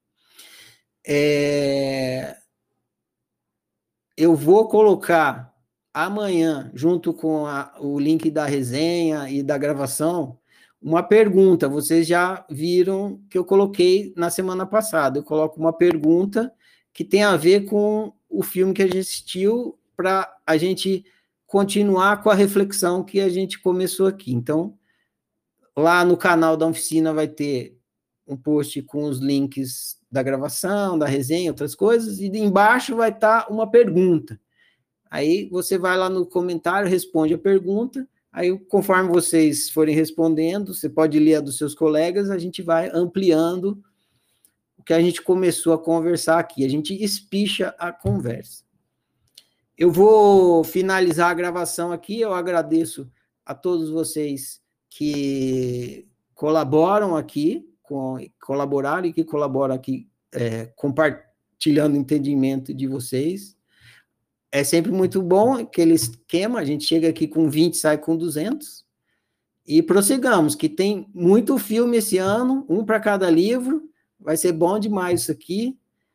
Eu vou colocar amanhã, junto com o link da resenha e da gravação, uma pergunta. Vocês já viram que eu coloquei na semana passada. Eu coloco uma pergunta que tem a ver com o filme que a gente assistiu para a gente continuar com a reflexão que a gente começou aqui. Então, lá no canal da oficina vai ter um post com os links da gravação, da resenha, outras coisas, e embaixo vai estar uma pergunta. Aí você vai lá no comentário, responde a pergunta, aí conforme vocês forem respondendo, você pode ler a dos seus colegas, a gente vai ampliando o que a gente começou a conversar aqui, a gente espicha a conversa. Eu vou finalizar a gravação aqui, eu agradeço a todos vocês que colaboram aqui, colaboraram e que colaboram aqui, compartilhando o entendimento de vocês. É sempre muito bom aquele esquema, a gente chega aqui com 20, sai com 200, e prossigamos, que tem muito filme esse ano, um para cada livro, vai ser bom demais isso aqui.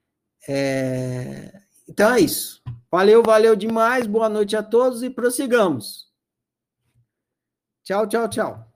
Então é isso. Valeu demais, boa noite a todos e prossigamos. Tchau, tchau, tchau.